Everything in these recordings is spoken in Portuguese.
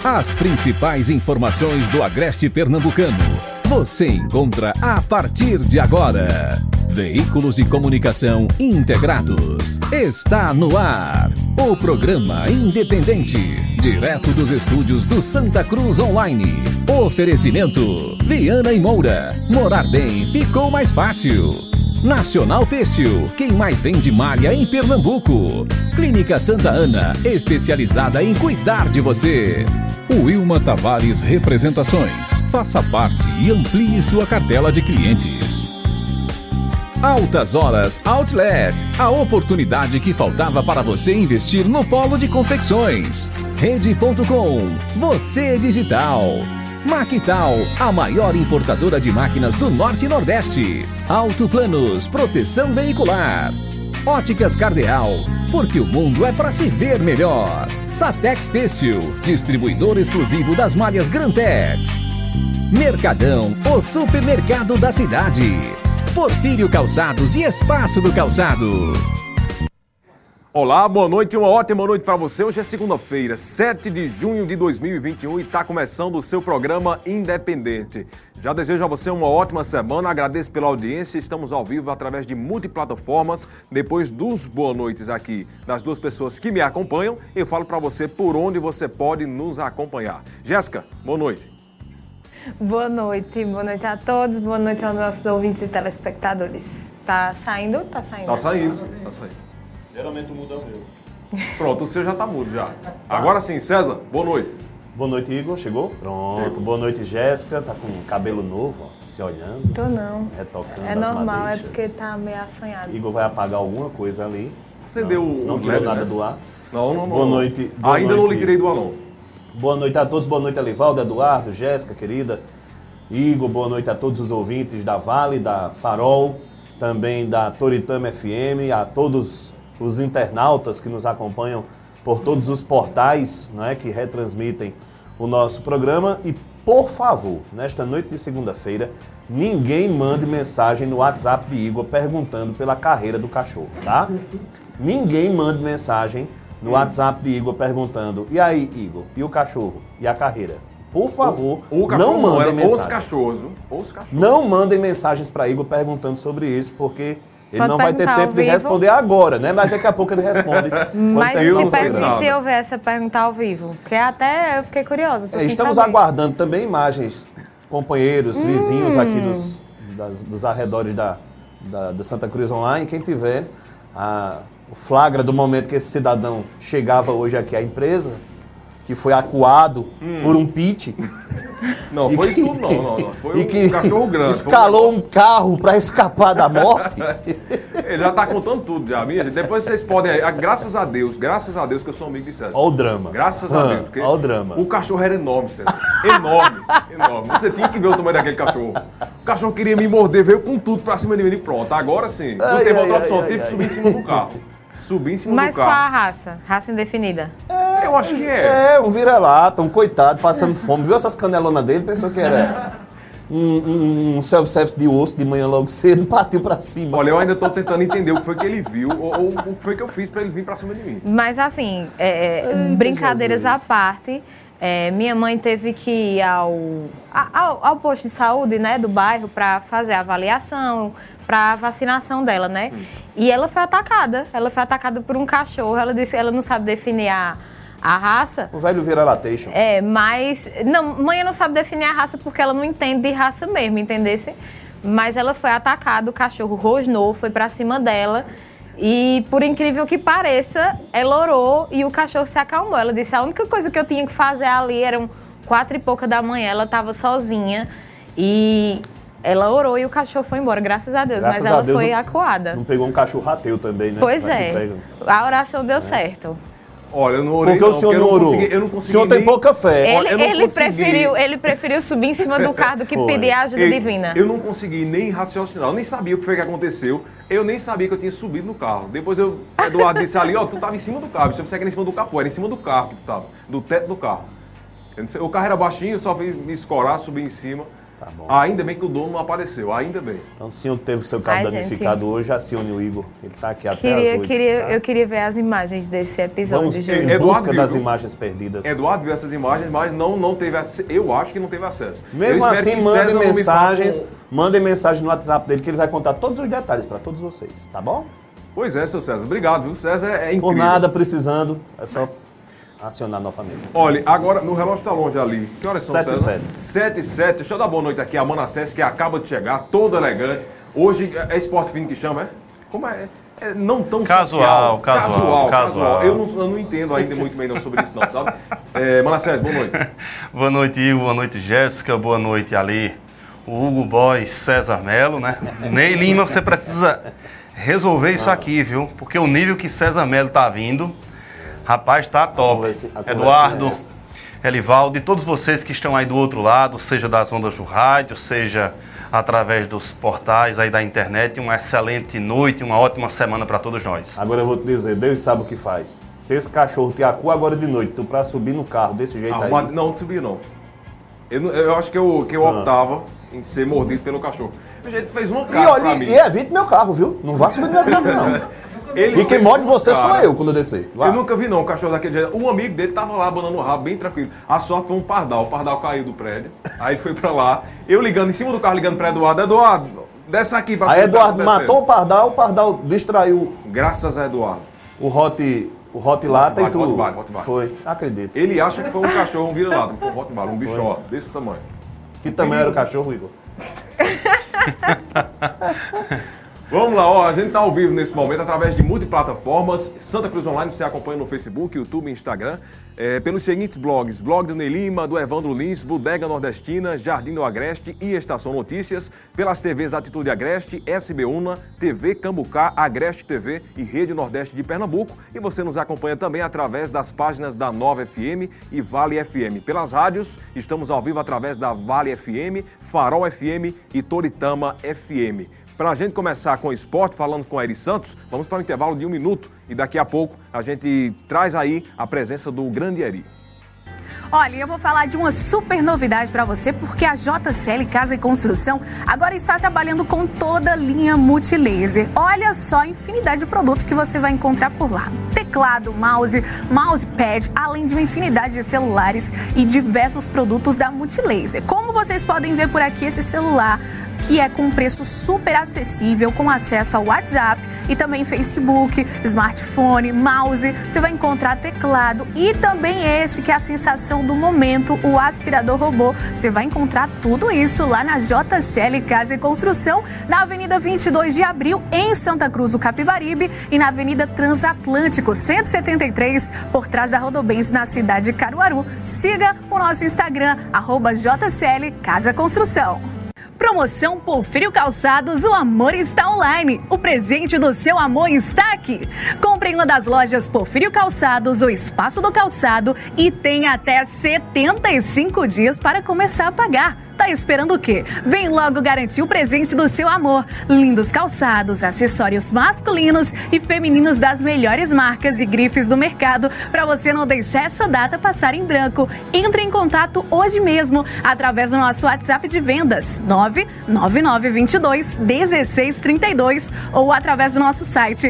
As principais informações do Agreste Pernambucano você encontra a partir de agora. Veículos de comunicação integrados. Está no ar. O programa independente, direto dos estúdios do Santa Cruz Online. Oferecimento: Viana e Moura. Morar bem ficou mais fácil. Nacional Têxtil, quem mais vende malha em Pernambuco. Clínica Santa Ana, especializada em cuidar de você. Wilma Tavares Representações. Faça parte e amplie sua cartela de clientes. Altas Horas Outlet, a oportunidade que faltava para você investir no polo de confecções. Rede.com, você digital. Mactal, a maior importadora de máquinas do Norte e Nordeste. Autoplanos, proteção veicular. Óticas Cardeal, porque o mundo é para se ver melhor. Satex Têxtil, distribuidor exclusivo das malhas Grantex. Mercadão, o supermercado da cidade. Porfírio Calçados e Espaço do Calçado. Olá, boa noite, uma ótima noite para você. Hoje é segunda-feira, 7 de junho de 2021 e está começando o seu programa Independente. Já desejo a você uma ótima semana, agradeço pela audiência, estamos ao vivo através de multiplataformas. Depois dos boa noites aqui das duas pessoas que me acompanham, eu falo para você por onde você pode nos acompanhar. Jéssica, boa noite. Boa noite a todos, boa noite aos nossos ouvintes e telespectadores. Tá saindo? Tá saindo. Tá saindo. Geralmente o mudo é o meu. Pronto, o seu já tá mudo já. Agora sim, César, boa noite. Boa noite, Igor. Chegou? Pronto. Chegou. Boa noite, Jéssica. Tá com cabelo novo, ó, se olhando. Tô não. Retocando as normal, madeixas. É porque tá meio assanhado. Igor vai apagar alguma coisa ali. Acendeu não os tirou LEDs, nada né? do ar. Não. Boa noite. Ainda não lhe tirei do ar, não. Boa noite a todos. Boa noite, Alivaldo, Eduardo, Jéssica, querida. Igor, boa noite a todos os ouvintes da Vale, da Farol, também da Toritama FM, a todos os internautas que nos acompanham por todos os portais, né, que retransmitem o nosso programa. E, por favor, nesta noite de segunda-feira, ninguém mande mensagem no WhatsApp de Igor perguntando pela carreira do cachorro, tá? Ninguém mande mensagem no WhatsApp de Igor perguntando: e aí, Igor, e o cachorro? E a carreira? Por favor, não mandem mensagens. Os cachorros. Não mandem mensagens para Igor perguntando sobre isso, porque ele pode não vai ter tempo de responder agora, né? Mas daqui a pouco ele responde. Mas se houver essa pergunta ao vivo? Porque até eu fiquei curiosa. Estamos aguardando também imagens, companheiros, vizinhos aqui dos arredores da Santa Cruz Online. Quem tiver o flagra do momento que esse cidadão chegava hoje aqui à empresa, que foi acuado por um pit. Não, foi isso tudo não. Foi um cachorro grande. Escalou um carro para escapar da morte. Ele já tá contando tudo já, minha gente. Depois vocês podem... Graças a Deus que eu sou amigo de César. Olha o drama. Graças a Deus. Olha o drama. O cachorro era enorme, César. Enorme. Você tinha que ver o tamanho daquele cachorro. O cachorro queria me morder, veio com tudo pra cima de mim e pronto. Agora sim. Não teve outra opção, eu tive que subir em cima do carro. Mas qual a raça? Raça indefinida? Eu acho que é. Um vira-lata, um coitado, passando fome. Viu essas canelonas dele? Pensou que era um self-service de osso de manhã logo cedo, partiu pra cima. Olha, eu ainda tô tentando entender o que foi que ele viu ou o que foi que eu fiz pra ele vir pra cima de mim. Mas assim, brincadeiras à parte, minha mãe teve que ir ao posto de saúde, né, do bairro pra fazer a avaliação, pra vacinação dela, né? E ela foi atacada. Ela foi atacada por um cachorro. Ela disse que ela não sabe definir a raça. O velho vira-latation. Mas... Não, mãe não sabe definir a raça porque ela não entende de raça mesmo, entendesse? Mas ela foi atacada, o cachorro rosnou, foi pra cima dela. E, por incrível que pareça, ela orou e o cachorro se acalmou. Ela disse, a única coisa que eu tinha que fazer ali eram 4 e pouca da manhã. Ela estava sozinha e... Ela orou e o cachorro foi embora, graças a Deus. Mas ela foi acuada. Não pegou um cachorro rateu também, né? Pois é. A oração deu certo. Olha, eu não orei. Porque o senhor não orou? Eu não consegui. O senhor tem pouca fé. Ele preferiu subir em cima do carro do que pedir a ajuda divina. Eu não consegui nem raciocinar. Eu nem sabia o que foi que aconteceu. Eu nem sabia que eu tinha subido no carro. Depois Eduardo disse ali, tu tava em cima do carro. Você pensava que era em cima do capô. Era em cima do carro que tu tava. Do teto do carro. O carro era baixinho, eu só fui me escorar, subir em cima. Tá bom. Ainda bem que o dono não apareceu, ainda bem. Então, o senhor que teve o seu carro danificado hoje, acione o Igor. Ele está aqui até às 8. Eu queria ver as imagens desse episódio. Vamos em busca das imagens perdidas. Eduardo viu essas imagens, mas não teve acesso. Eu acho que não teve acesso. Mesmo assim, mandem mensagem no WhatsApp dele que ele vai contar todos os detalhes para todos vocês, tá bom? Pois é, seu César. Obrigado, viu? César é incrível. Por nada, precisando, é só acionar novamente. Olha, agora, no relógio está longe ali. Que horas são, 7h07. 7h07. Deixa eu dar boa noite aqui a Manassés, que acaba de chegar, toda elegante. Hoje é esporte fino que chama, é? Como é? É não tão social. Casual. Eu não entendo ainda muito bem sobre isso não, sabe? Manassés, boa noite. Boa noite, Igor. Boa noite, Jéssica. Boa noite, Ali. O Hugo Boy, César Melo, né? Ney Lima, você precisa resolver isso aqui, viu? Porque o nível que César Melo tá vindo, rapaz, tá top. Eduardo, Elivaldo e todos vocês que estão aí do outro lado, seja das ondas do rádio, seja através dos portais aí da internet, uma excelente noite, uma ótima semana para todos nós. Agora eu vou te dizer, Deus sabe o que faz. Se esse cachorro te acua agora de noite, tu pra subir no carro desse jeito aí... Não subi não. Eu acho que eu optava em ser mordido pelo cachorro. O jeito fez uma cara pra mim. E evite meu carro, viu? Não vá subir no meu carro, não. E quem morde você sou eu quando eu descer. Vai. Eu nunca vi não um cachorro daquele jeito. Um amigo dele tava lá abanando o rabo, bem tranquilo. A sorte foi um pardal. O pardal caiu do prédio. Aí foi pra lá. Eu ligando em cima do carro, ligando pra Eduardo. Eduardo, desce aqui pra... Aí Eduardo matou o pardal distraiu... Graças a Eduardo. O Hot Lata e tudo. Rottweiler. Foi, acredito. Ele acha que foi um cachorro, um vira-lata. Que foi um Rottweiler, um bicho ó, desse tamanho. Que tamanho era o cachorro, Igor? Vamos lá, a gente está ao vivo nesse momento através de multiplataformas. Santa Cruz Online, você acompanha no Facebook, YouTube e Instagram. Pelos seguintes blogs: blog do Ney Lima, do Evandro Lins, Bodega Nordestina, Jardim do Agreste e Estação Notícias. Pelas TVs Atitude Agreste, SB1, TV Cambucá, Agreste TV e Rede Nordeste de Pernambuco. E você nos acompanha também através das páginas da Nova FM e Vale FM. Pelas rádios, estamos ao vivo através da Vale FM, Farol FM e Toritama FM. Para a gente começar com o esporte, falando com Eri Santos, vamos para um intervalo de 1 minuto e daqui a pouco a gente traz aí a presença do grande Eri. Olha, eu vou falar de uma super novidade para você, porque a JCL Casa e Construção agora está trabalhando com toda a linha multilaser. Olha só a infinidade de produtos que você vai encontrar por lá. Teclado, mousepad, além de uma infinidade de celulares e diversos produtos da Multilaser. Como vocês podem ver por aqui, esse celular que é com um preço super acessível, com acesso ao WhatsApp e também Facebook, smartphone, mouse. Você vai encontrar teclado e também esse que é a sensação do momento, o aspirador robô. Você vai encontrar tudo isso lá na JCL Casa e Construção, na Avenida 22 de Abril, em Santa Cruz do Capibaribe, e na Avenida Transatlântico 173, por trás da Rodobens, na cidade de Caruaru. Siga o nosso Instagram, @JCL Casa Construção. Promoção Porfírio Calçados, o amor está online. O presente do seu amor está aqui. Compre em uma das lojas Porfírio Calçados, o Espaço do Calçado, e tem até 75 dias para começar a pagar. Tá esperando o quê? Vem logo garantir o presente do seu amor. Lindos calçados, acessórios masculinos e femininos das melhores marcas e grifes do mercado, para você não deixar essa data passar em branco. Entre em contato hoje mesmo através do nosso WhatsApp de vendas 99922-1632 ou através do nosso site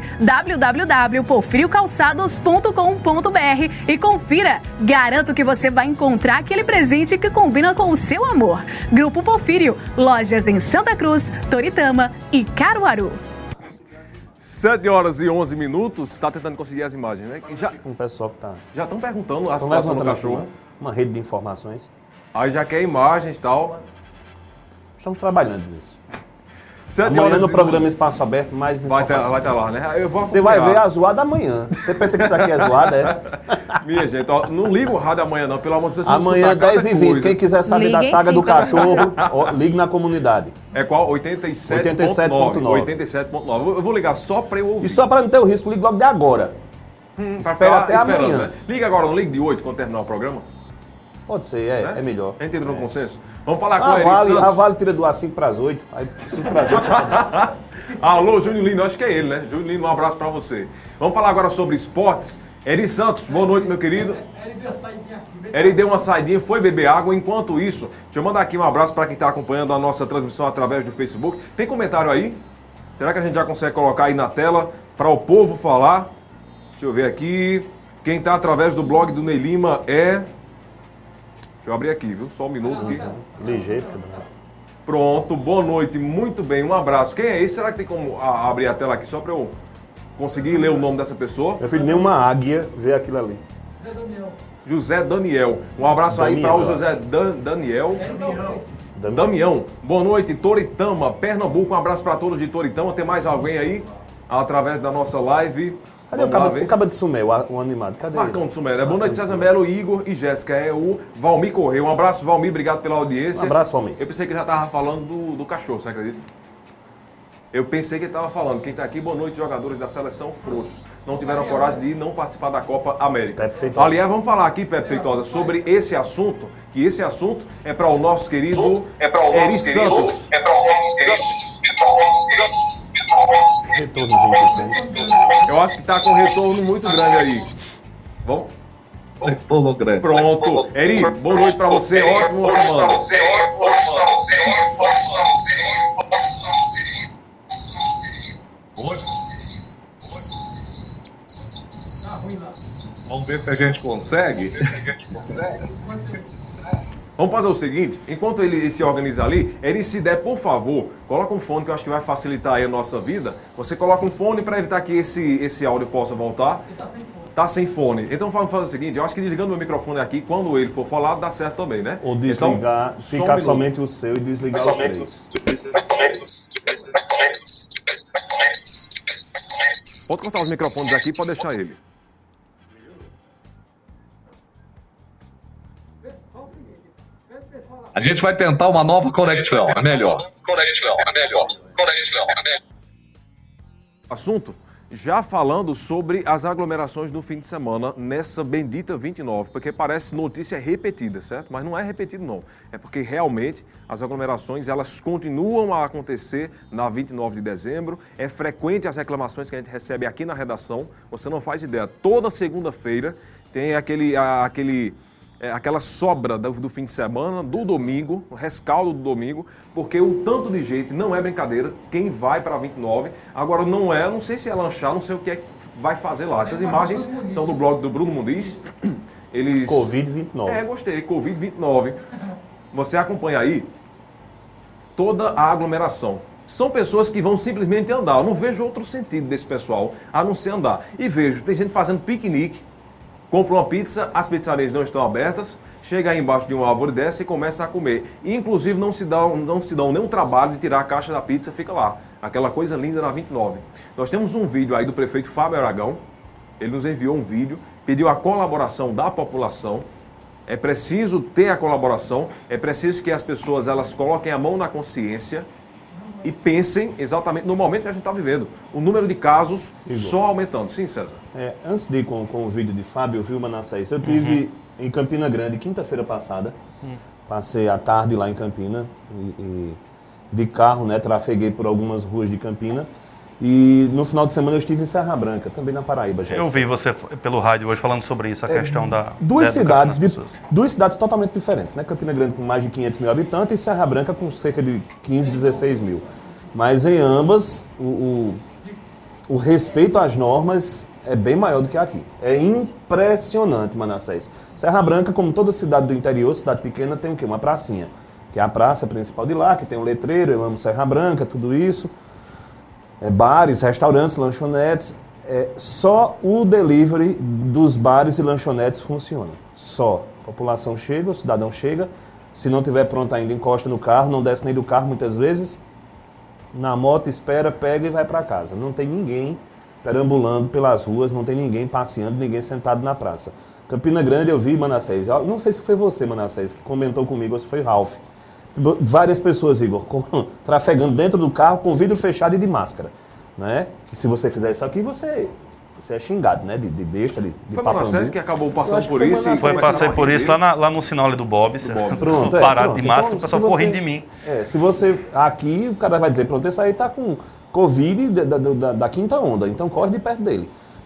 www.porfiriocalçados.com.br e confira. Garanto que você vai encontrar aquele presente que combina com o seu amor. Grupo Porfírio, lojas em Santa Cruz, Toritama e Caruaru. 7h11, está tentando conseguir as imagens, né? O pessoal que tá... Já estão perguntando a situação do cachorro. Uma rede de informações. Aí já quer imagens e tal. Estamos trabalhando nisso. Amanhã no programa Espaço Aberto, mais informações. Vai estar lá, né? Você vai ver a zoada amanhã. Você pensa que isso aqui é zoada, é? Minha gente, ó, não liga o rádio amanhã não, pelo amor de Deus. Amanhã 10h20, quem quiser saber da saga do cachorro, ligue na comunidade. É qual? 87.9. 87.9. Eu vou ligar só para eu ouvir. E só para não ter o risco, ligue logo de agora. Espera até amanhã. Né? Liga agora, não ligue de 8 quando terminar o programa? Pode ser, é melhor. Entenderam no consenso? Vamos falar com a Eri Santos. A Vale tira do ar 5 para as 8. Aí 5 para as 8. Alô, Júnior Lino, acho que é ele, né? Júnior Lino, um abraço para você. Vamos falar agora sobre esportes. Eri Santos, boa noite, meu querido. Eri deu uma saidinha, foi beber água. Enquanto isso, deixa eu mandar aqui um abraço para quem está acompanhando a nossa transmissão através do Facebook. Tem comentário aí? Será que a gente já consegue colocar aí na tela para o povo falar? Deixa eu ver aqui. Quem está através do blog do Ney Lima é... Deixa eu abrir aqui, viu? Só um minuto aqui. Ligeiro. Pronto, boa noite, muito bem, um abraço. Quem é esse? Será que tem como abrir a tela aqui só para eu conseguir ler o nome dessa pessoa? Meu filho, nem uma águia vê aquilo ali. José Daniel. Um abraço aí para o José Daniel. Damião. Boa noite, Toritama, Pernambuco. Um abraço para todos de Toritama. Tem mais alguém aí através da nossa live? Cadê o cabo de Sumé, o animado? Cadê Marcão ele? de Sumé. Boa noite, César Melo, Igor e Jéssica. É o Valmir Correia. Um abraço, Valmir. Obrigado pela audiência. Um abraço, Valmir. Eu pensei que ele já estava falando do cachorro, você acredita? Eu pensei que ele estava falando. Quem está aqui, boa noite, jogadores da seleção frouxos. Não tiveram coragem de não participar da Copa América. Aliás, vamos falar aqui, Pepe Feitosa, sobre esse assunto, que esse assunto é para o nosso querido Eri Santos. Eu acho que está com um retorno muito grande aí. Vamos? Retorno grande. Pronto. Eri, boa noite para você. Ótima semana. Vamos ver se a gente consegue. Vamos fazer o seguinte, enquanto ele se organiza ali, ele se der, por favor, coloca um fone que eu acho que vai facilitar aí a nossa vida. Você coloca um fone para evitar que esse áudio possa voltar. Tá sem fone. Então vamos fazer o seguinte, eu acho que desligando o meu microfone aqui, quando ele for falar, dá certo também, né? Ou desligar, então, ficar somente o seu e desligar os três. Pode cortar os microfones aqui, pode deixar ele. A gente vai tentar uma nova conexão, é melhor. Assunto, já falando sobre as aglomerações do fim de semana nessa bendita 29, porque parece notícia repetida, certo? Mas não é repetido não, é porque realmente as aglomerações elas continuam a acontecer na 29 de dezembro, é frequente as reclamações que a gente recebe aqui na redação, você não faz ideia, toda segunda-feira tem aquela sobra do fim de semana, do domingo, o rescaldo do domingo, porque o tanto de gente, não é brincadeira, quem vai para 29, agora não sei se é lanchar, não sei o que é que vai fazer lá. Essas imagens são do blog do Bruno Muniz, eles... Covid-29. Gostei, Covid-29. Você acompanha aí toda a aglomeração. São pessoas que vão simplesmente andar, eu não vejo outro sentido desse pessoal, a não ser andar. E vejo, tem gente fazendo piquenique, compra uma pizza, as pizzarias não estão abertas, chega aí embaixo de uma árvore dessa e começa a comer. E, inclusive, não se dão nenhum trabalho de tirar a caixa da pizza, fica lá. Aquela coisa linda na 29. Nós temos um vídeo aí do prefeito Fábio Aragão, ele nos enviou um vídeo, pediu a colaboração da população. É preciso ter a colaboração, é preciso que as pessoas elas coloquem a mão na consciência e pensem exatamente no momento que a gente está vivendo. O número de casos só aumentando. Sim, César? Antes de ir com o vídeo de Fábio, viu, Manassés? Eu estive em Campina Grande, quinta-feira passada. Passei a tarde lá em Campina, de carro, né? Trafeguei por algumas ruas de Campina. E no final de semana eu estive em Serra Branca, também na Paraíba, Jéssica. Eu vi você pelo rádio hoje falando sobre isso, a questão da... Duas cidades totalmente diferentes, né? Campina Grande com mais de 500 mil habitantes e Serra Branca com cerca de 15, 16 mil. Mas em ambas, o respeito às normas é bem maior do que aqui. É impressionante, Manassés. Serra Branca, como toda cidade do interior, cidade pequena, tem o quê? Uma pracinha, que é a praça principal de lá, que tem um letreiro, eu amo Serra Branca, tudo isso. Bares, restaurantes, lanchonetes, só o delivery dos bares e lanchonetes funciona. Só. A população chega, o cidadão chega, se não tiver pronto ainda, encosta no carro, não desce nem do carro muitas vezes, na moto espera, pega e vai para casa. Não tem ninguém perambulando pelas ruas, não tem ninguém passeando, ninguém sentado na praça. Campina Grande eu vi, Manassés, não sei se foi você, Manassés, que comentou comigo, ou se foi Ralph. Várias pessoas, Igor, trafegando dentro do carro com vidro fechado e de máscara, né? Que se você fizer isso aqui, você é xingado, né? De besta, de foi Manassés que acabou passando por isso. Passei por isso lá no sinal ali do Bob. Pronto, parado de máscara, o pessoal correndo de mim. Se você... Aqui, o cara vai dizer, pronto, esse aí tá com Covid da quinta onda, então corre de perto dele.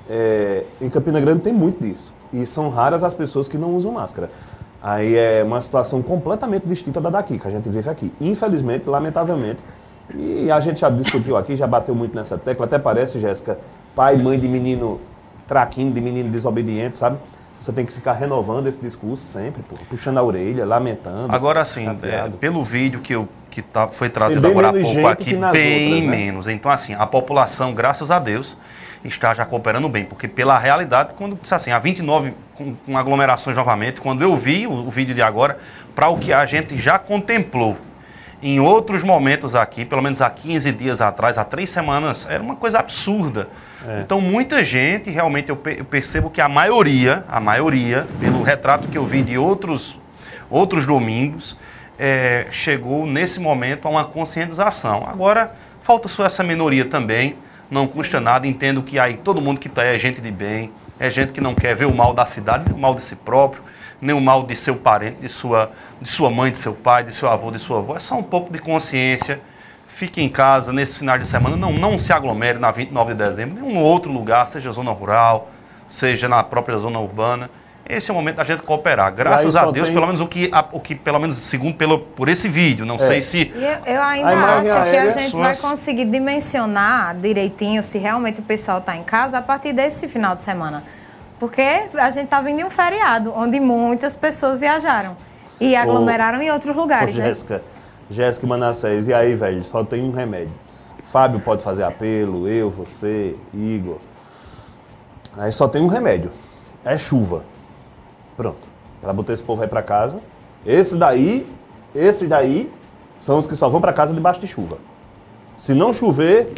em Campina Grande tem muito disso. E são raras as pessoas que não usam máscara. Aí é uma situação completamente distinta da daqui, que a gente vive aqui. Infelizmente, lamentavelmente. E a gente já discutiu aqui, já bateu muito nessa tecla. Até parece, Jéssica, pai e mãe de menino traquino, de menino desobediente, sabe? Você tem que ficar renovando esse discurso sempre, puxando a orelha, lamentando. Agora, assim, pelo vídeo que foi trazido agora há pouco aqui, bem outras, né? Menos. Então, assim, a população, graças a Deus, está já cooperando bem. Porque pela realidade, quando disse assim, a 29 com aglomerações novamente, quando eu vi o vídeo de agora, para o que a gente já contemplou em outros momentos aqui, pelo menos há 15 dias atrás, há 3 semanas, era uma coisa absurda. Então, muita gente, realmente, eu percebo que a maioria, pelo retrato que eu vi de outros domingos, chegou nesse momento a uma conscientização. Agora, falta só essa minoria também, não custa nada, entendo que aí todo mundo que está é gente de bem, é gente que não quer ver o mal da cidade, nem o mal de si próprio, nem o mal de seu parente, de sua mãe, de seu pai, de seu avô, de sua avó. É só um pouco de consciência. Fique em casa nesse final de semana, não se aglomere na 29 de dezembro, em nenhum outro lugar, seja zona rural, seja na própria zona urbana. Esse é o momento da gente cooperar. Graças a Deus, pelo menos o que pelo menos segundo por esse vídeo, não sei se... Eu ainda acho que a gente vai conseguir dimensionar direitinho se realmente o pessoal está em casa a partir desse final de semana. Porque a gente está vindo de um feriado, onde muitas pessoas viajaram e aglomeraram em outros lugares, né? Jéssica e Manassés, e aí, velho, só tem um remédio. Fábio pode fazer apelo, eu, você, Igor. Aí só tem um remédio. É chuva. Pronto. Ela botar esse povo aí pra casa. Esses daí são os que só vão pra casa debaixo de chuva. Se não chover...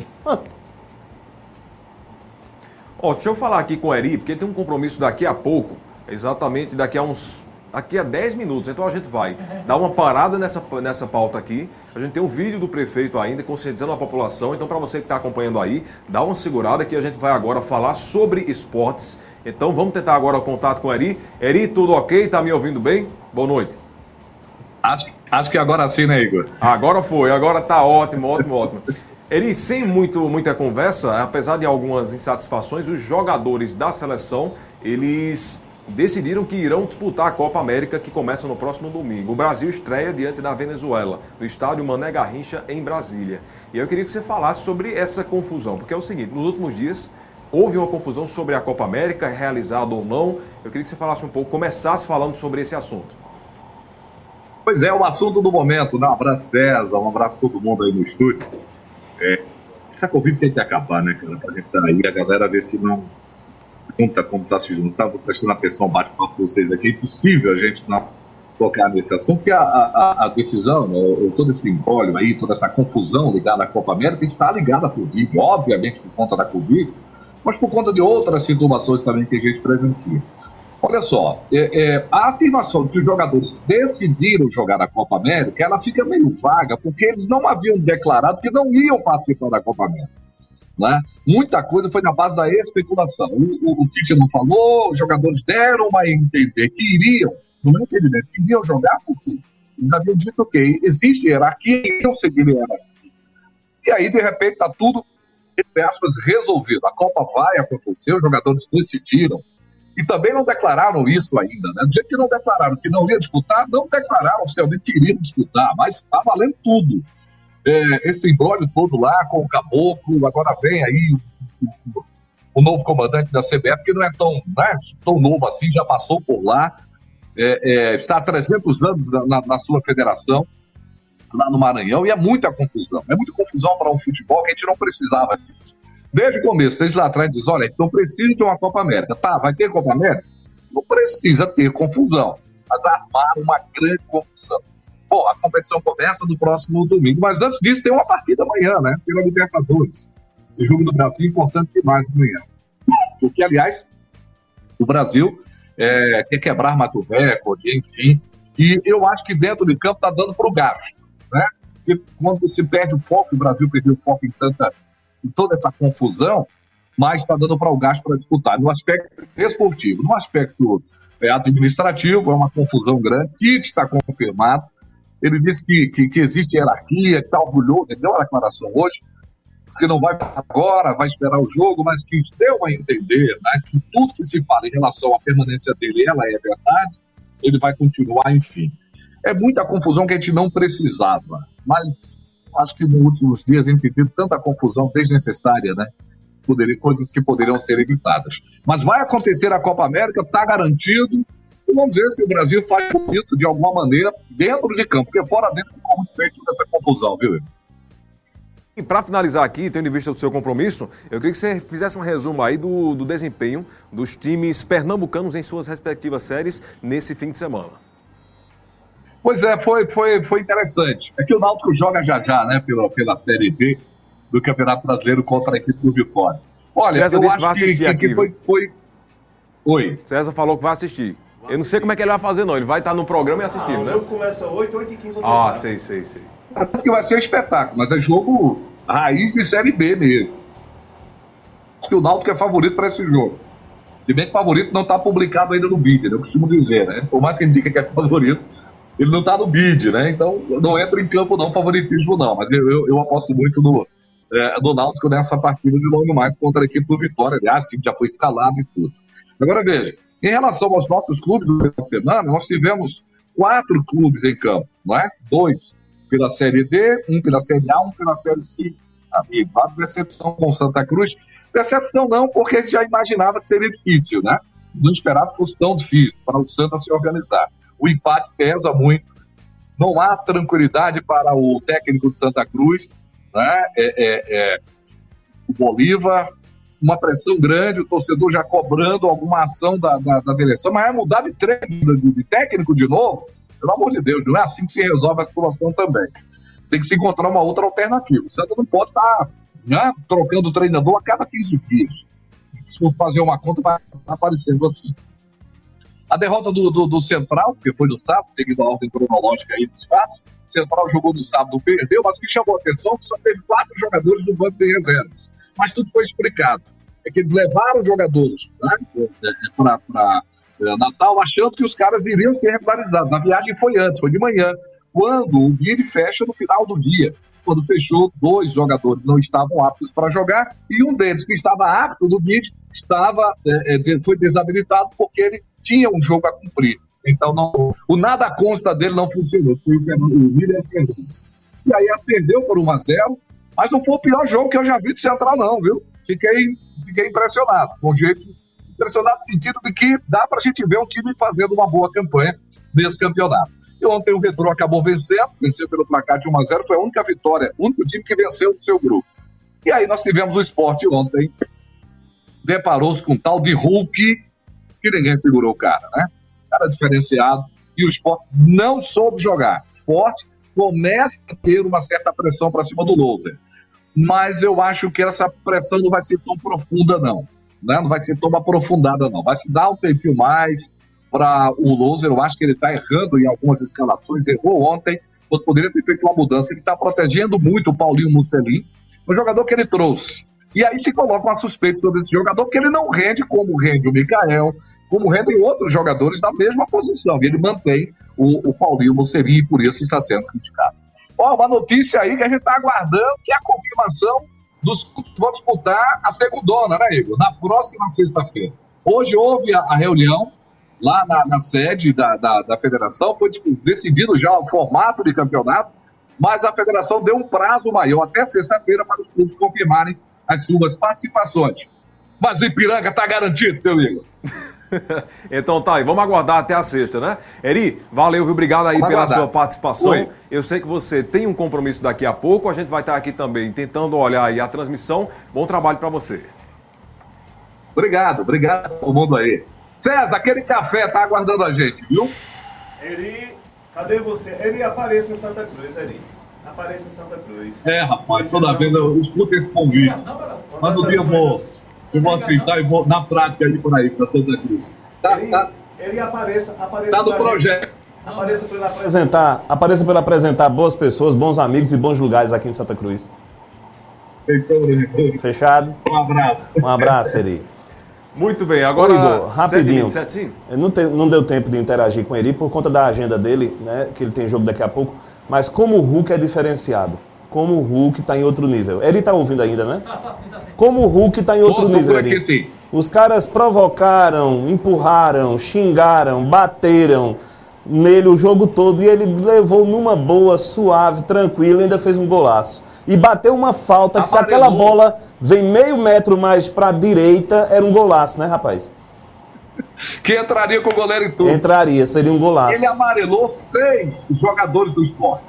Deixa eu falar aqui com o Eri, porque ele tem um compromisso daqui a pouco, exatamente daqui a 10 minutos, então a gente vai dar uma parada nessa pauta aqui. A gente tem um vídeo do prefeito ainda conscientizando a população, então para você que está acompanhando aí, dá uma segurada que a gente vai agora falar sobre esportes. Então vamos tentar agora o contato com o Eri. Eri, tudo ok? Tá me ouvindo bem? Boa noite. Acho que agora sim, né, Igor? Agora foi, agora tá ótimo. Eri, sem muita conversa, apesar de algumas insatisfações, os jogadores da seleção, eles decidiram que irão disputar a Copa América, que começa no próximo domingo. O Brasil estreia diante da Venezuela, no estádio Mané Garrincha, em Brasília. E eu queria que você falasse sobre essa confusão, porque é o seguinte, nos últimos dias houve uma confusão sobre a Copa América, realizada ou não. Eu queria que você falasse um pouco, começasse falando sobre esse assunto. Pois é, o assunto do momento, né? Um abraço, César, um abraço a todo mundo aí no estúdio. Essa Covid tem que acabar, né, cara? Pra gente tá aí, a galera ver se não conta como tá se juntando, prestando atenção ao bate-papo de vocês aqui. É impossível a gente não tocar nesse assunto, porque a decisão, todo esse embrólio aí, toda essa confusão ligada à Copa América está ligada à Covid, obviamente por conta da Covid, mas por conta de outras situações também que a gente presencia. Olha só, a afirmação de que os jogadores decidiram jogar a Copa América, ela fica meio vaga, porque eles não haviam declarado que não iam participar da Copa América. Né? Muita coisa foi na base da especulação. O Tite não falou, os jogadores deram a entender que iriam, no meu entendimento, que iriam jogar, porque eles haviam dito que existe hierarquia e iriam seguir a hierarquia. E aí, de repente, está tudo, entre aspas, resolvido. A Copa vai acontecer, os jogadores decidiram. E também não declararam isso ainda, né? Do jeito que não declararam que não iam disputar, não declararam oficialmente que iriam disputar, mas está valendo tudo. Esse imbróglio todo lá com o Caboclo, agora vem aí o novo comandante da CBF, que não é tão novo assim, já passou por lá, está há 300 anos na sua federação, lá no Maranhão, e é muita confusão para um futebol que a gente não precisava disso. Desde o começo, desde lá atrás, diz, olha, então precisa de uma Copa América. Tá, vai ter Copa América? Não precisa ter confusão. Mas armaram uma grande confusão. Bom, a competição começa no próximo domingo, mas antes disso tem uma partida amanhã, né? Pela Libertadores. Esse jogo do Brasil é importante demais amanhã. Porque, aliás, o Brasil quer quebrar mais o recorde, enfim. E eu acho que dentro de campo está dando para o gasto, né? Porque quando você perde o foco, o Brasil perdeu o foco em toda essa confusão, mas está dando para o gasto para disputar. No aspecto esportivo, no aspecto administrativo, é uma confusão grande. Tite está confirmado. Ele disse que existe hierarquia, que está orgulhoso, ele deu uma declaração hoje, Diz que não vai agora, vai esperar o jogo, mas que deu a entender, né, que tudo que se fala em relação à permanência dele, ela é verdade, ele vai continuar, enfim. É muita confusão que a gente não precisava, mas acho que nos últimos dias a gente teve tanta confusão desnecessária, né? Coisas que poderiam ser evitadas. Mas vai acontecer a Copa América, está garantido, e vamos ver se o Brasil faz bonito de alguma maneira dentro de campo, porque fora dele ficou muito feio toda essa confusão, viu? E para finalizar aqui, tendo em vista do seu compromisso, eu queria que você fizesse um resumo aí do desempenho dos times pernambucanos em suas respectivas séries nesse fim de semana. Pois é, foi interessante. É que o Náutico joga já, né, pela Série B do Campeonato Brasileiro contra a equipe do Vitória. Olha, César eu disse acho que foi... Oi. César falou que vai assistir. Eu não sei como é que ele vai fazer, não. Ele vai estar no programa e assistindo, né? O jogo começa 8h15. Ah, sei. Até que vai ser espetáculo, mas é jogo raiz de Série B mesmo. Acho que o Náutico é favorito para esse jogo. Se bem que favorito não está publicado ainda no BID, né? Eu costumo dizer, né? Por mais que ele diga que é favorito, ele não está no BID, né? Então não entra em campo não, favoritismo não. Mas eu aposto muito no Náutico nessa partida de logo mais contra a equipe do Vitória. Aliás, o time já foi escalado e tudo. Agora veja, em relação aos nossos clubes do final de semana, nós tivemos 4 clubes em campo, não é? 2 pela Série D, 1 pela Série A, 1 pela Série C. Amigo, a decepção com o Santa Cruz. Decepção não, porque a gente já imaginava que seria difícil, né? Não esperava que fosse tão difícil para o Santa se organizar. O empate pesa muito. Não há tranquilidade para o técnico de Santa Cruz, né? O Bolívar, uma pressão grande, o torcedor já cobrando alguma ação da direção, mas é mudar de técnico de novo, pelo amor de Deus, não é assim que se resolve a situação também. Tem que se encontrar uma outra alternativa. O Santa não pode estar trocando o treinador a cada 15 dias. Se for fazer uma conta, vai aparecendo assim. A derrota do Central, porque foi no sábado, seguindo a ordem cronológica aí dos fatos, o Central jogou no sábado, perdeu, mas o que chamou a atenção é que só teve 4 jogadores no banco de reservas. Mas tudo foi explicado. É que eles levaram os jogadores, né, para Natal, achando que os caras iriam ser regularizados. A viagem foi antes, foi de manhã, quando o BID fecha no final do dia. Quando fechou, 2 jogadores não estavam aptos para jogar e um deles, que estava apto no BID, foi desabilitado porque ele tinha um jogo a cumprir. Então, o nada consta dele não funcionou. Foi o William Fernandes. E aí perdeu por 1-0, mas não foi o pior jogo que eu já vi de Central, não, viu? Fiquei impressionado, com jeito impressionado no sentido de que dá pra gente ver um time fazendo uma boa campanha nesse campeonato. E ontem o Retrô acabou venceu pelo placar de 1-0, foi a única vitória, o único time que venceu do seu grupo. E aí nós tivemos o Sport ontem, deparou-se com um tal de Hulk, que ninguém segurou o cara, né? Cara diferenciado, e o Sport não soube jogar. O Sport começa a ter uma certa pressão para cima do Louser, mas eu acho que essa pressão não vai ser tão profunda não, né? Não vai ser tão aprofundada não, vai se dar um tempinho mais para o Louser. Eu acho que ele está errando em algumas escalações, errou ontem, quando poderia ter feito uma mudança. Ele está protegendo muito o Paulinho Mussolini, o jogador que ele trouxe. E aí se coloca uma suspeita sobre esse jogador, que ele não rende como rende o Mikael, como rendem outros jogadores da mesma posição. E ele mantém o Paulinho Mussolini e por isso está sendo criticado. Uma notícia aí que a gente está aguardando, que é a confirmação dos clubes que vão disputar a segundona, né, Igor? Na próxima sexta-feira. Hoje houve a reunião lá na sede da federação, foi decidido já o formato de campeonato, mas a federação deu um prazo maior, até sexta-feira, para os clubes confirmarem as suas participações. Mas o Ipiranga está garantido, seu Igor. Então tá aí, vamos aguardar até a sexta, né? Eri, valeu, viu? Obrigado aí pela sua participação. Oi. Eu sei que você tem um compromisso daqui a pouco, a gente vai estar aqui também tentando olhar aí a transmissão. Bom trabalho para você. Obrigado a todo mundo aí. César, aquele café tá aguardando a gente, viu? Eri, cadê você? Eri, apareça em Santa Cruz, Eri. Apareça em Santa Cruz. Rapaz, toda vez eu escuto esse convite. Mas um dia eu vou aceitar e vou na prática ali por aí, pra Santa Cruz. Eri, apareça. Tá no projeto. Apareça para apresentar boas pessoas, bons amigos e bons lugares aqui em Santa Cruz. Fechado? Um abraço, Eri. Muito bem, agora Igor, rapidinho. 7h27. Não deu tempo de interagir com ele por conta da agenda dele, né? Que ele tem jogo daqui a pouco. Mas como o Hulk é diferenciado, como o Hulk está em outro nível. Ele está ouvindo ainda, né? Tá sim. Como o Hulk está em outro nível. Aqui, sim. Os caras provocaram, empurraram, xingaram, bateram nele o jogo todo e ele levou numa boa, suave, tranquilo e ainda fez um golaço. E bateu uma falta que se aquela bola vem meio metro mais para a direita, era um golaço, né, rapaz? Que entraria com o goleiro e tudo. Entraria, seria um golaço. Ele amarelou 6 jogadores do Sport.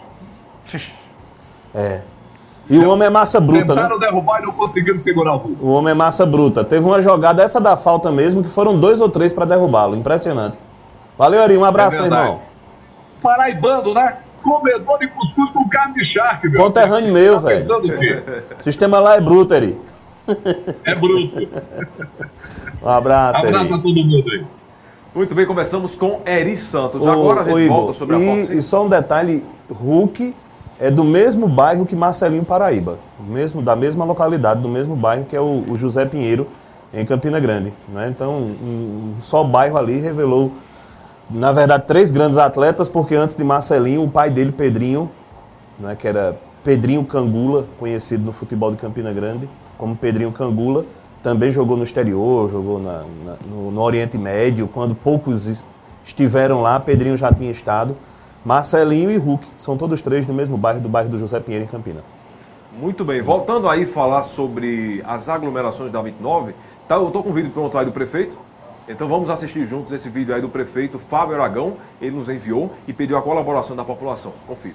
E o homem é massa bruta, Tentaram né? derrubar e não conseguiram segurar o Hulk. O homem é massa bruta. Teve uma jogada, essa da falta mesmo, que foram 2 ou 3 para derrubá-lo. Impressionante. Valeu, Ari. Um abraço, meu irmão. Paraibano, né? Comedor de cuscuz com carne de charque, meu. Conterrâneo meu, velho. Pensando o quê? O sistema lá é bruto, Ari. É bruto. Um abraço, Ari. Abraço a todo mundo aí. Muito bem, começamos com Eri Santos. Agora a gente volta sobre a foto. E só um detalhe, Hulk é do mesmo bairro que Marcelinho Paraíba. Da mesma localidade, do mesmo bairro que é o José Pinheiro, em Campina Grande. Né? Então, um só bairro ali revelou, na verdade, 3 grandes atletas, porque antes de Marcelinho, o pai dele, Pedrinho, né, que era Pedrinho Cangula, conhecido no futebol de Campina Grande como Pedrinho Cangula, também jogou no exterior, jogou no Oriente Médio. Quando poucos estiveram lá, Pedrinho já tinha estado. Marcelinho e Hulk, são todos 3 do mesmo bairro, do bairro do José Pinheiro, em Campina. Muito bem, voltando aí falar sobre as aglomerações da 29, tá, eu estou com um vídeo pronto aí do prefeito, então vamos assistir juntos esse vídeo aí do prefeito Fábio Aragão. Ele nos enviou e pediu a colaboração da população. Confira.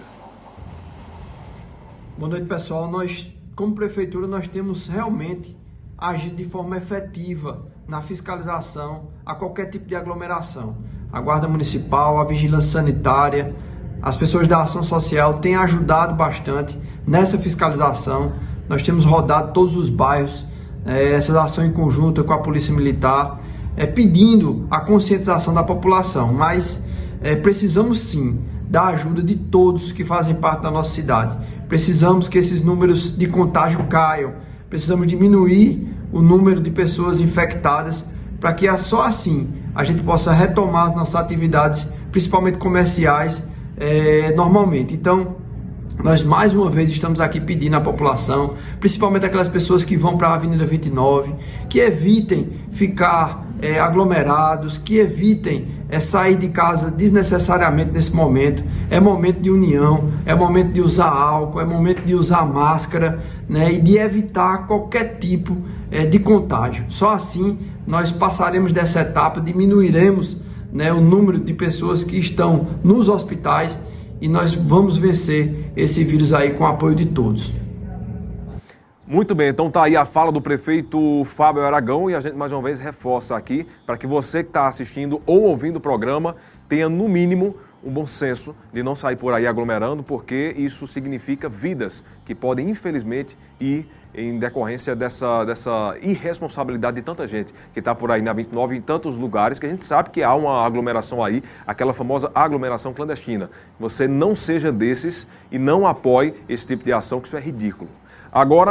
Boa noite, pessoal. Nós, como prefeitura, nós temos realmente agido de forma efetiva na fiscalização a qualquer tipo de aglomeração. A Guarda Municipal, a Vigilância Sanitária, as pessoas da ação social têm ajudado bastante nessa fiscalização. Nós temos rodado todos os bairros, essa ação em conjunto com a Polícia Militar, pedindo a conscientização da população, mas precisamos sim da ajuda de todos que fazem parte da nossa cidade. Precisamos que esses números de contágio caiam, precisamos diminuir o número de pessoas infectadas para que só assim a gente possa retomar as nossas atividades, principalmente comerciais, normalmente. Então, nós mais uma vez estamos aqui pedindo à população, principalmente aquelas pessoas que vão para a Avenida 29, que evitem ficar aglomerados, que evitem sair de casa desnecessariamente nesse momento. É momento de união, é momento de usar álcool, é momento de usar máscara, né, e de evitar qualquer tipo de contágio. Só assim nós passaremos dessa etapa, diminuiremos, né, o número de pessoas que estão nos hospitais e nós vamos vencer esse vírus aí com o apoio de todos. Muito bem, então tá aí a fala do prefeito Fábio Aragão e a gente mais uma vez reforça aqui para que você que está assistindo ou ouvindo o programa tenha no mínimo um bom senso de não sair por aí aglomerando, porque isso significa vidas que podem infelizmente ir em decorrência dessa irresponsabilidade de tanta gente que está por aí na 29 em tantos lugares que a gente sabe que há uma aglomeração aí, aquela famosa aglomeração clandestina. Você não seja desses e não apoie esse tipo de ação, que isso é ridículo. Agora,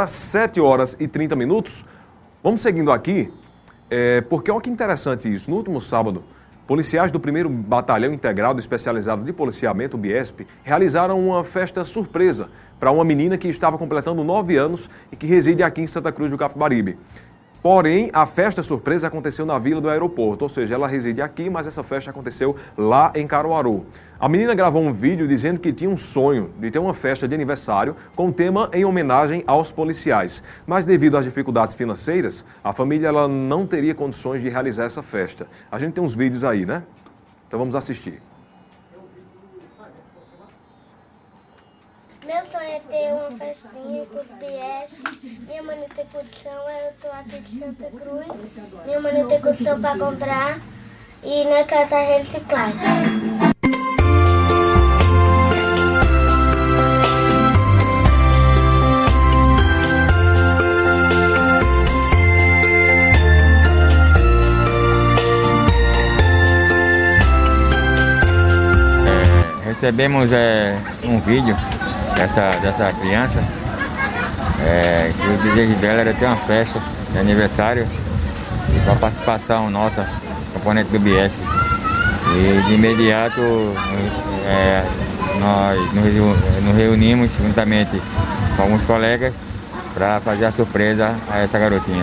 7h30, vamos seguindo aqui, porque olha que interessante isso. No último sábado, policiais do 1º Batalhão Integrado Especializado de Policiamento, o BIESP, realizaram uma festa surpresa para uma menina que estava completando 9 anos e que reside aqui em Santa Cruz do Capibaribe. Porém, a festa surpresa aconteceu na Vila do Aeroporto, ou seja, ela reside aqui, mas essa festa aconteceu lá em Caruaru. A menina gravou um vídeo dizendo que tinha um sonho de ter uma festa de aniversário com tema em homenagem aos policiais. Mas devido às dificuldades financeiras, a família ela não teria condições de realizar essa festa. A gente tem uns vídeos aí, né? Então vamos assistir. Meu sonho é ter uma festinha com os PS. Minha mãe não tem condição, eu tô aqui de Santa Cruz. Minha mãe não tem condição para comprar e nós queremos estar reciclagem. Recebemos um vídeo dessa criança, que o desejo dela era ter uma festa de aniversário e com a participação nossa, componente do BIESP. E de imediato nós nos reunimos juntamente alguns colegas para fazer a surpresa a essa garotinha.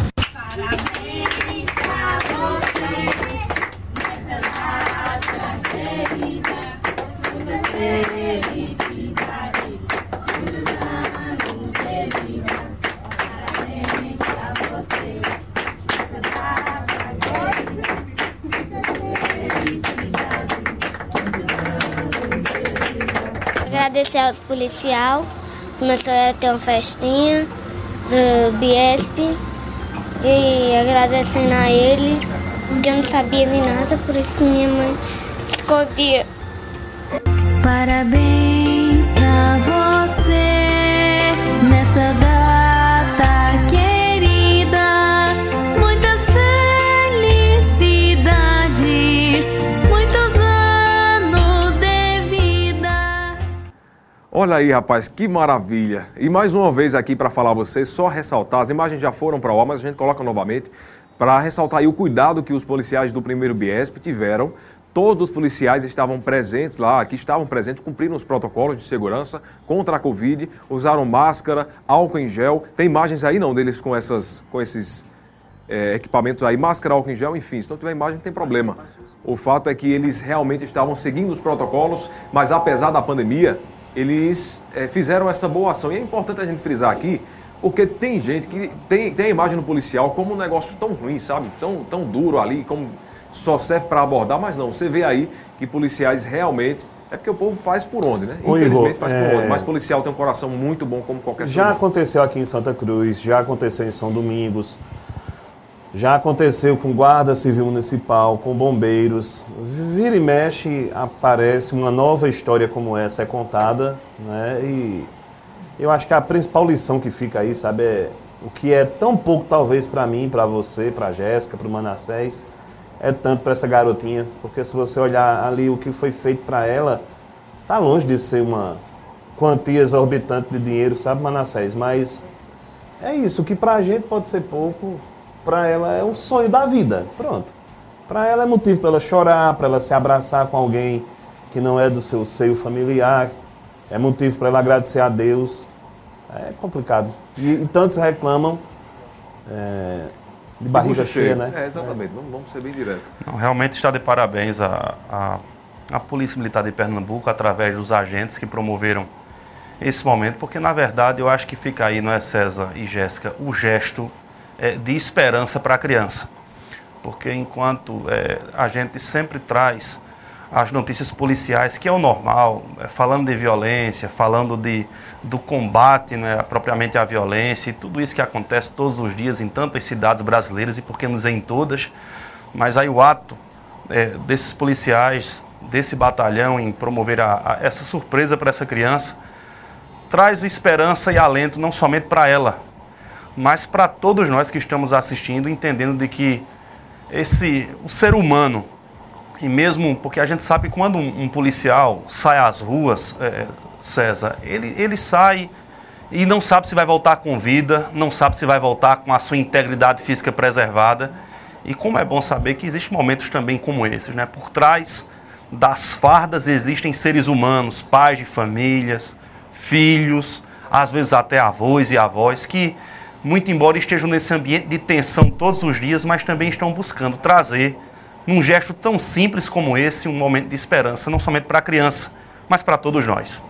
Agradecer ao policial, começou a ter uma festinha do Biesp e agradecendo a eles, porque eu não sabia de nada, por isso que minha mãe escolhia. Parabéns pra você nessa data querida, muitas felicidades, muitos anos de vida. Olha aí, rapaz, que maravilha. E mais uma vez aqui para falar a vocês, só ressaltar, as imagens já foram para o ar, mas a gente coloca novamente, para ressaltar aí o cuidado que os policiais do primeiro Biesp tiveram. Todos os policiais estavam presentes lá, que estavam presentes, cumpriram os protocolos de segurança contra a Covid, usaram máscara, álcool em gel. Tem imagens aí não deles com esses equipamentos aí, máscara, álcool em gel, enfim, se não tiver imagem não tem problema. O fato é que eles realmente estavam seguindo os protocolos, mas apesar da pandemia, eles fizeram essa boa ação. E é importante a gente frisar aqui, porque tem gente que tem a imagem do policial como um negócio tão ruim, sabe? Tão duro ali, como só serve para abordar, mas não. Você vê aí que policiais realmente... É porque o povo faz por onde, né? Infelizmente faz por onde. Mas policial tem um coração muito bom como qualquer pessoa. Já aconteceu aqui em Santa Cruz, já aconteceu em São Domingos, já aconteceu com Guarda Civil Municipal, com bombeiros. Vira e mexe, aparece uma nova história como essa, é contada, né? E eu acho que a principal lição que fica aí, sabe, é o que é tão pouco talvez para mim, para você, para Jéssica, para o Manassés, é tanto para essa garotinha, porque se você olhar ali o que foi feito para ela, tá longe de ser uma quantia exorbitante de dinheiro, sabe, Manassés? Mas é isso, que pra gente pode ser pouco, para ela é um sonho da vida, pronto. Para ela é motivo para ela chorar, para ela se abraçar com alguém que não é do seu seio familiar, é motivo para ela agradecer a Deus. É complicado. E tantos reclamam de barriga cheia, né? Exatamente, vamos ser bem direto. Não, realmente está de parabéns a Polícia Militar de Pernambuco, através dos agentes que promoveram esse momento, porque na verdade eu acho que fica aí, não é, César e Jéssica, o gesto de esperança para a criança. Porque enquanto a gente sempre traz as notícias policiais, que é o normal, falando de violência, falando do combate, né, propriamente à violência, e tudo isso que acontece todos os dias em tantas cidades brasileiras, e por que não dizer em todas, mas aí o ato desses policiais, desse batalhão em promover essa surpresa para essa criança, traz esperança e alento não somente para ela, mas para todos nós que estamos assistindo, entendendo de que o ser humano, e mesmo porque a gente sabe que quando um policial sai às ruas, César, ele sai e não sabe se vai voltar com vida, não sabe se vai voltar com a sua integridade física preservada. E como é bom saber que existem momentos também como esses, né? Por trás das fardas existem seres humanos, pais de famílias, filhos, às vezes até avós e avós, que, muito embora estejam nesse ambiente de tensão todos os dias, mas também estão buscando trazer, num gesto tão simples como esse, um momento de esperança, não somente para a criança, mas para todos nós.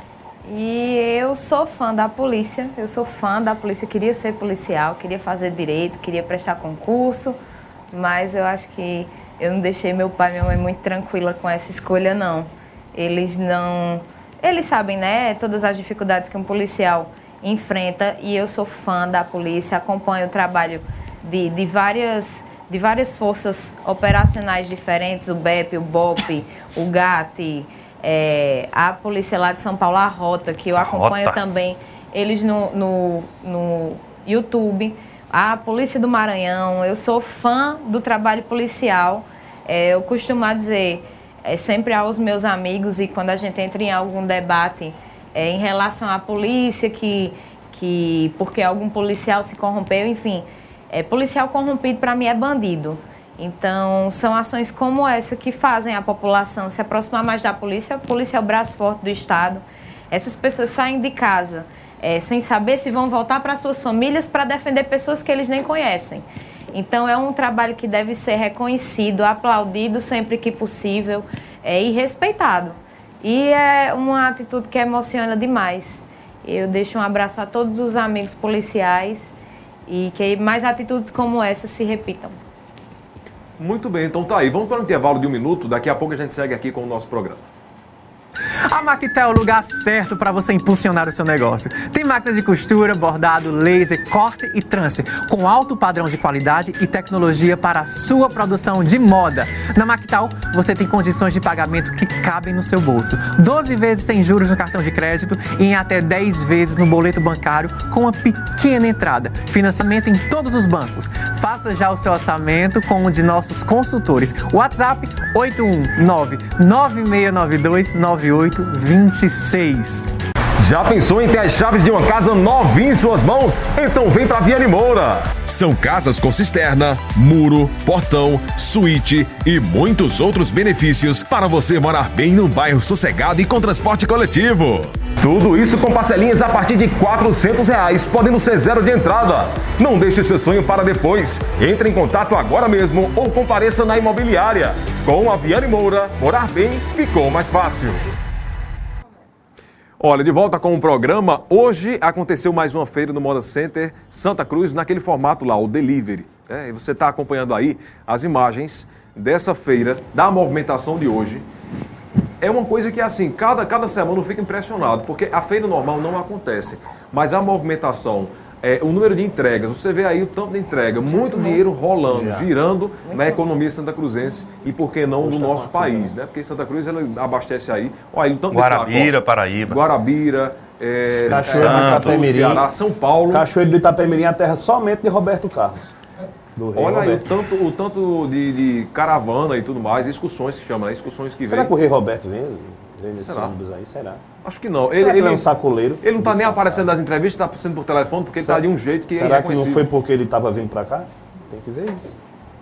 E eu sou fã da polícia, queria ser policial, queria fazer direito, queria prestar concurso, mas eu acho que eu não deixei meu pai e minha mãe muito tranquila com essa escolha, não. Eles sabem, né, todas as dificuldades que um policial enfrenta, e eu sou fã da polícia, acompanho o trabalho de várias forças operacionais diferentes, o BEP, o BOP, o GAT, a polícia lá de São Paulo, a Rota, que eu acompanho também, eles no YouTube, a Polícia do Maranhão. Eu sou fã do trabalho policial. Eu costumo dizer sempre aos meus amigos, e quando a gente entra em algum debate em relação à polícia, porque algum policial se corrompeu, enfim, policial corrompido para mim é bandido. Então, são ações como essa que fazem a população se aproximar mais da polícia. A polícia é o braço forte do Estado. Essas pessoas saem de casa sem saber se vão voltar para suas famílias para defender pessoas que eles nem conhecem. Então, é um trabalho que deve ser reconhecido, aplaudido sempre que possível e respeitado. E é uma atitude que emociona demais. Eu deixo um abraço a todos os amigos policiais e que mais atitudes como essa se repitam. Muito bem, então tá aí. Vamos para um intervalo de 1 minuto, daqui a pouco a gente segue aqui com o nosso programa. A Maquita é o lugar certo para você impulsionar o seu negócio. Tem máquina de costura, bordado, laser, corte e trance, com alto padrão de qualidade e tecnologia para a sua produção de moda. Na Maquital, você tem condições de pagamento que cabem no seu bolso. 12 vezes sem juros no cartão de crédito e em até 10 vezes no boleto bancário com uma pequena entrada. Financiamento em todos os bancos. Faça já o seu orçamento com um de nossos consultores. WhatsApp 819-9692-9826. Já pensou em ter as chaves de uma casa novinha em suas mãos? Então vem pra Viane Moura. São casas com cisterna, muro, portão, suíte e muitos outros benefícios para você morar bem num bairro sossegado e com transporte coletivo. Tudo isso com parcelinhas a partir de R$400, podendo ser zero de entrada. Não deixe seu sonho para depois. Entre em contato agora mesmo ou compareça na imobiliária. Com a Viane Moura, morar bem ficou mais fácil. Olha, de volta com o programa. Hoje aconteceu mais uma feira no Moda Center Santa Cruz, naquele formato lá, o Delivery. E você está acompanhando aí as imagens dessa feira, da movimentação de hoje. É uma coisa que, assim, cada semana eu fico impressionado, porque a feira normal não acontece, mas a movimentação, o número de entregas, você vê aí o tanto de entrega, muito dinheiro rolando, girando na economia santacruzense e, por que não, do nosso país, né? Porque Santa Cruz, ela abastece aí, olha, o tanto Guarabira, de Paraíba. Guarabira, Cachoeiro do Itapemirim, Ceará, São Paulo. Cachoeiro do Itapemirim é a terra somente de Roberto Carlos. Olha aí o tanto de caravana e tudo mais, excursões que chama, né? Excursões que vem. Será que o Rei Roberto vem nesse ônibus aí? Será? Acho que não. Ele é um sacoleiro. Ele não está nem aparecendo nas entrevistas, está sendo por telefone, porque ele está de um jeito que será que não foi porque ele estava vindo para cá? Tem que ver isso.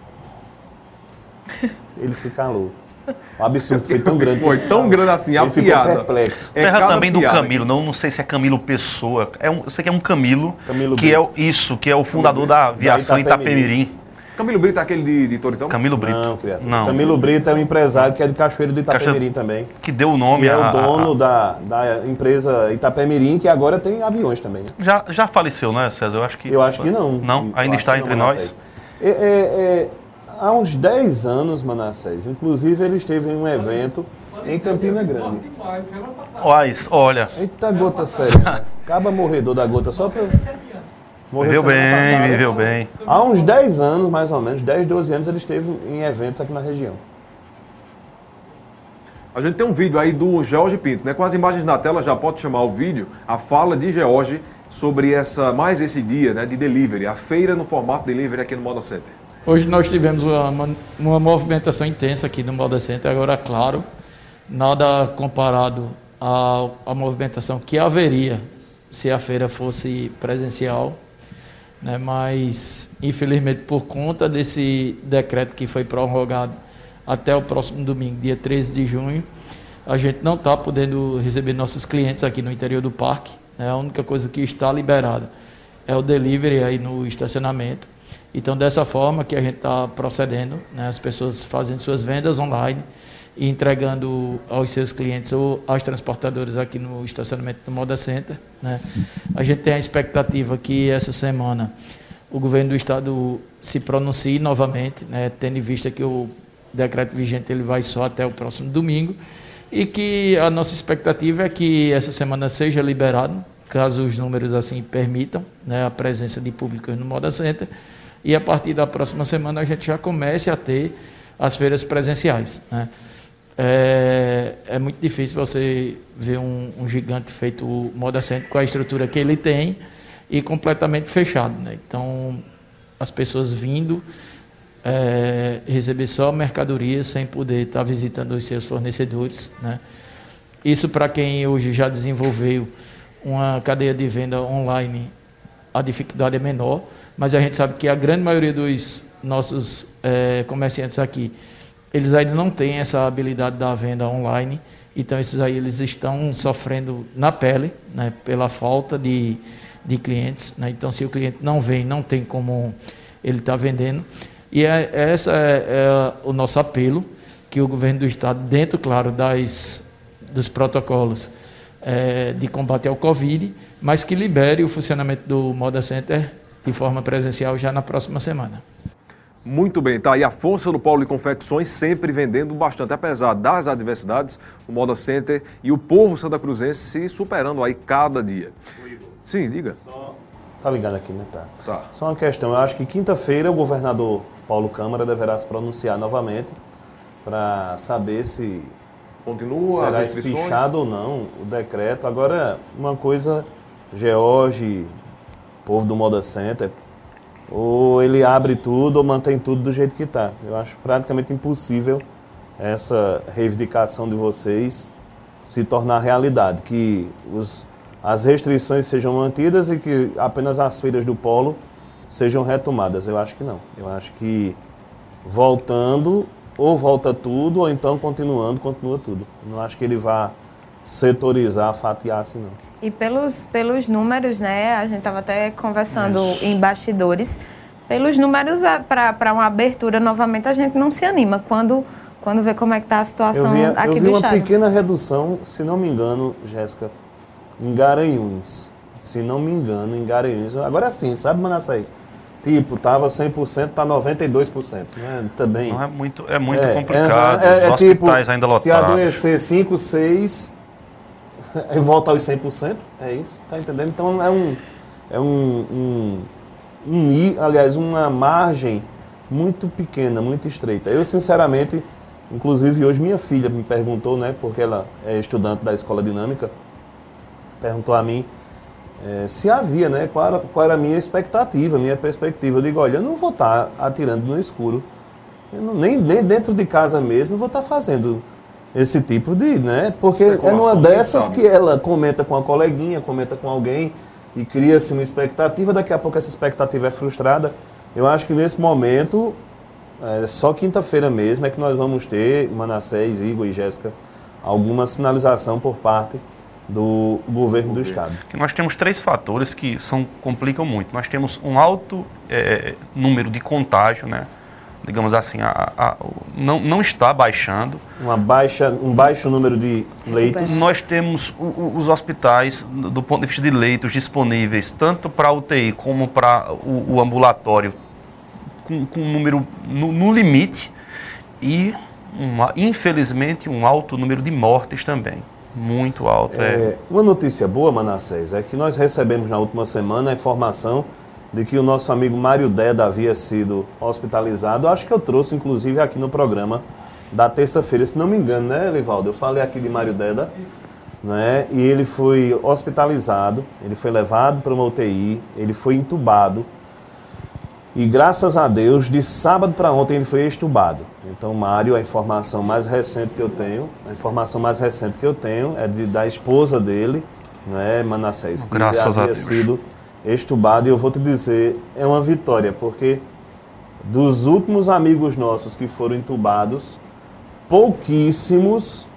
Ele se calou. O absurdo foi tão grande. Foi tão grande assim, a piada. Ficou perplexo. Terra também do Camilo, não sei se é Camilo Pessoa. Eu sei que é um Camilo que Brito. Que é o fundador da aviação Itapemirim. Camilo Brito é aquele de Toritão? Camilo Brito. Não, criatura. Não. Camilo Brito é um empresário que é de Cachoeiro do Itapemirim também. Que deu o nome é o dono da empresa Itapemirim, que agora tem aviões também. Né? Já faleceu, né, César? Eu acho que não. Não? Ainda está entre nós? Há uns 10 anos, Manassés, inclusive ele esteve em um evento em Campina Grande. Olha. Eita gota séria, né? Acaba morredor da gota só pra... Viveu bem. Há uns 10 anos, mais ou menos, 10, 12 anos, ele esteve em eventos aqui na região. A gente tem um vídeo aí do George Pinto, né? Com as imagens na tela, já pode chamar o vídeo, a fala de George sobre mais esse dia, né, de delivery, a feira no formato delivery aqui no Moda Center. Hoje nós tivemos uma movimentação intensa aqui no Moda Center, agora, claro, nada comparado à movimentação que haveria se a feira fosse presencial, né? Mas, infelizmente, por conta desse decreto que foi prorrogado até o próximo domingo, dia 13 de junho, a gente não está podendo receber nossos clientes aqui no interior do parque, né? A única coisa que está liberada é o delivery aí no estacionamento. Então, dessa forma que a gente está procedendo, né? As pessoas fazendo suas vendas online e entregando aos seus clientes ou às transportadoras aqui no estacionamento do Moda Center, né? A gente tem a expectativa que essa semana o governo do estado se pronuncie novamente, né? Tendo em vista que o decreto vigente ele vai só até o próximo domingo, e que a nossa expectativa é que essa semana seja liberado, caso os números assim permitam, né? A presença de públicos no Moda Center, e a partir da próxima semana a gente já comece a ter as feiras presenciais, né? É muito difícil você ver um gigante feito o Moda Center com a estrutura que ele tem e completamente fechado, né? Então, as pessoas vindo receber só mercadoria sem poder estar visitando os seus fornecedores, né? Isso, para quem hoje já desenvolveu uma cadeia de venda online, a dificuldade é menor, mas a gente sabe que a grande maioria dos nossos comerciantes aqui, eles ainda não têm essa habilidade da venda online Então, esses aí eles estão sofrendo na pele, né, pela falta de clientes. Né? Então, se o cliente não vem, não tem como ele estar vendendo. E esse é o nosso apelo, que o governo do estado, dentro, claro, dos protocolos de combate ao Covid, mas que libere o funcionamento do Moda Center de forma presencial já na próxima semana. Muito bem, tá aí a força do Polo de Confecções sempre vendendo bastante, apesar das adversidades, o Moda Center e o povo santacruzense se superando aí cada dia. Sim, diga. Tá ligado aqui, né? Tá. Só uma questão, eu acho que quinta-feira o governador Paulo Câmara deverá se pronunciar novamente para saber se continua será as restrições, espichado ou não o decreto. Agora, uma coisa, George, povo do Moda Center, ou ele abre tudo ou mantém tudo do jeito que está. Eu acho praticamente impossível essa reivindicação de vocês se tornar realidade, que as restrições sejam mantidas e que apenas as feiras do polo sejam retomadas. Eu acho que não. Eu acho que voltando, ou volta tudo, ou então continuando, continua tudo. Eu não acho que ele vá setorizar, fatiar assim, não. E pelos números, né, a gente estava até conversando em bastidores, pelos números, para uma abertura novamente, a gente não se anima quando vê como é que está a situação aqui do estado. Eu vi uma pequena redução, se não me engano, Jéssica, em Garanhuns. Se não me engano, em Garanhuns. Agora sim, sabe, Manassés? Tipo, estava 100%, está 92%. Né? Também. Não é muito complicado. Os hospitais tipo, ainda lotados. Se adoecer 5, 6... e volta aos 100%, é isso, tá entendendo? Então aliás, uma margem muito pequena, muito estreita. Eu, sinceramente, inclusive hoje minha filha me perguntou, né, porque ela é estudante da Escola Dinâmica, perguntou a mim se havia, né, qual era a minha expectativa, a minha perspectiva. Eu digo, olha, eu não vou estar atirando no escuro, nem dentro de casa mesmo eu vou estar fazendo esse tipo de, né? Porque é numa dessas que ela comenta com a coleguinha, comenta com alguém e cria-se uma expectativa, daqui a pouco essa expectativa é frustrada. Eu acho que nesse momento, só quinta-feira mesmo é que nós vamos ter, Manassés, Igor e Jéssica, alguma sinalização por parte do governo do estado. Que nós temos 3 fatores que complicam muito. Nós temos um alto número de contágio, né? Digamos assim, não está baixando. Um baixo número de leitos. Nós temos os hospitais, do ponto de vista de leitos disponíveis, tanto para a UTI como para o ambulatório, com um número no limite e, infelizmente, um alto número de mortes também. Muito alto. Uma notícia boa, Manassés, é que nós recebemos na última semana a informação de que o nosso amigo Mário Deda havia sido hospitalizado. Acho que eu trouxe, inclusive, aqui no programa da terça-feira, se não me engano, né, Elivaldo? Eu falei aqui de Mário Deda, né? E ele foi hospitalizado, ele foi levado para uma UTI, ele foi entubado. E, graças a Deus, de sábado para ontem ele foi extubado. Então, Mário, a informação mais recente que eu tenho é da esposa dele, né, Manassés, que graças havia sido extubado, e eu vou te dizer, é uma vitória, porque dos últimos amigos nossos que foram entubados, pouquíssimos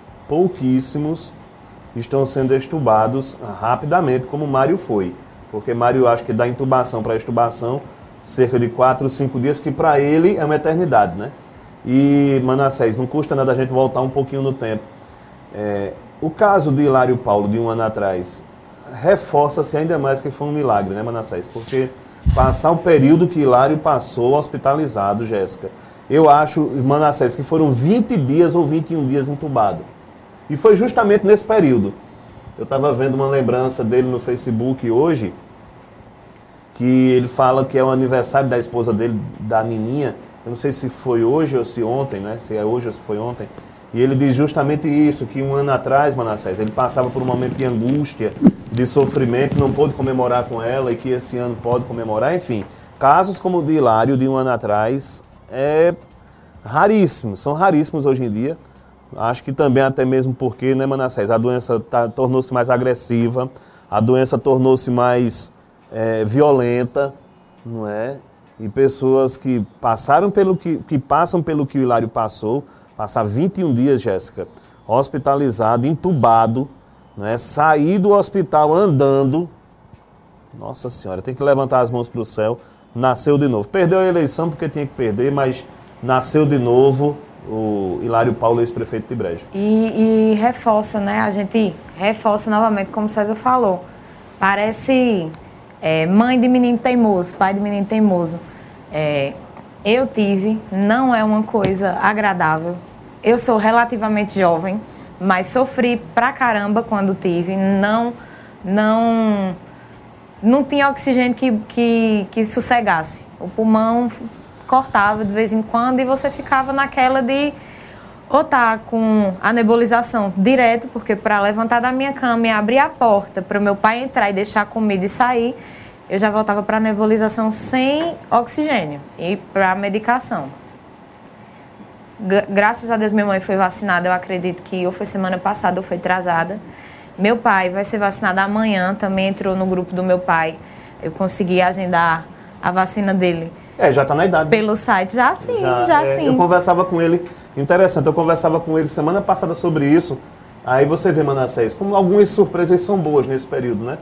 estão sendo extubados rapidamente, como Mário foi. Porque Mário, acho que da intubação para extubação, cerca de 4 ou 5 dias, que para ele é uma eternidade, né? E, Manassés, não custa nada a gente voltar um pouquinho no tempo. O caso de Hilário Paulo, de um ano atrás, reforça-se ainda mais que foi um milagre, né, Manassés? Porque passar o período que Hilário passou hospitalizado, Jéssica, eu acho, Manassés, que foram 20 dias ou 21 dias entubado. E foi justamente nesse período. Eu estava vendo uma lembrança dele no Facebook hoje, que ele fala que é o aniversário da esposa dele, da Nininha. Eu não sei se foi hoje ou se ontem, né? Se é hoje ou se foi ontem. E ele diz justamente isso, que um ano atrás, Manassés, ele passava por um momento de angústia, de sofrimento, não pôde comemorar com ela e que esse ano pode comemorar. Enfim, casos como o de Hilário, de um ano atrás, são raríssimos hoje em dia. Acho que também até mesmo porque, né, Manassés, a doença tornou-se mais agressiva, a doença tornou-se mais violenta, não é? E pessoas que passaram que passam pelo que o Hilário passou, passar 21 dias, Jéssica, hospitalizado, entubado, né? Sair do hospital andando. Nossa Senhora, tem que levantar as mãos para o céu. Nasceu de novo. Perdeu a eleição porque tinha que perder, mas nasceu de novo o Hilário Paulo, ex-prefeito de Brejo. E reforça, né? A gente reforça novamente, como o César falou. Parece mãe de menino teimoso, pai de menino teimoso. Eu tive, não é uma coisa agradável. Eu sou relativamente jovem, mas sofri pra caramba quando tive. Não tinha oxigênio que sossegasse. O pulmão cortava de vez em quando e você ficava naquela de ou tá com a nebulização direto, porque para levantar da minha cama e abrir a porta para o meu pai entrar e deixar a comida e sair, eu já voltava para a nebulização sem oxigênio e para a medicação. Graças a Deus minha mãe foi vacinada, eu acredito que ou foi semana passada ou foi atrasada. Meu pai vai ser vacinado amanhã, também entrou no grupo do meu pai. Eu consegui agendar a vacina dele. Já está na idade. Pelo site, já sim. Eu conversava com ele, interessante, eu conversava com ele semana passada sobre isso. Aí você vê, Manassés, como algumas surpresas são boas nesse período, né?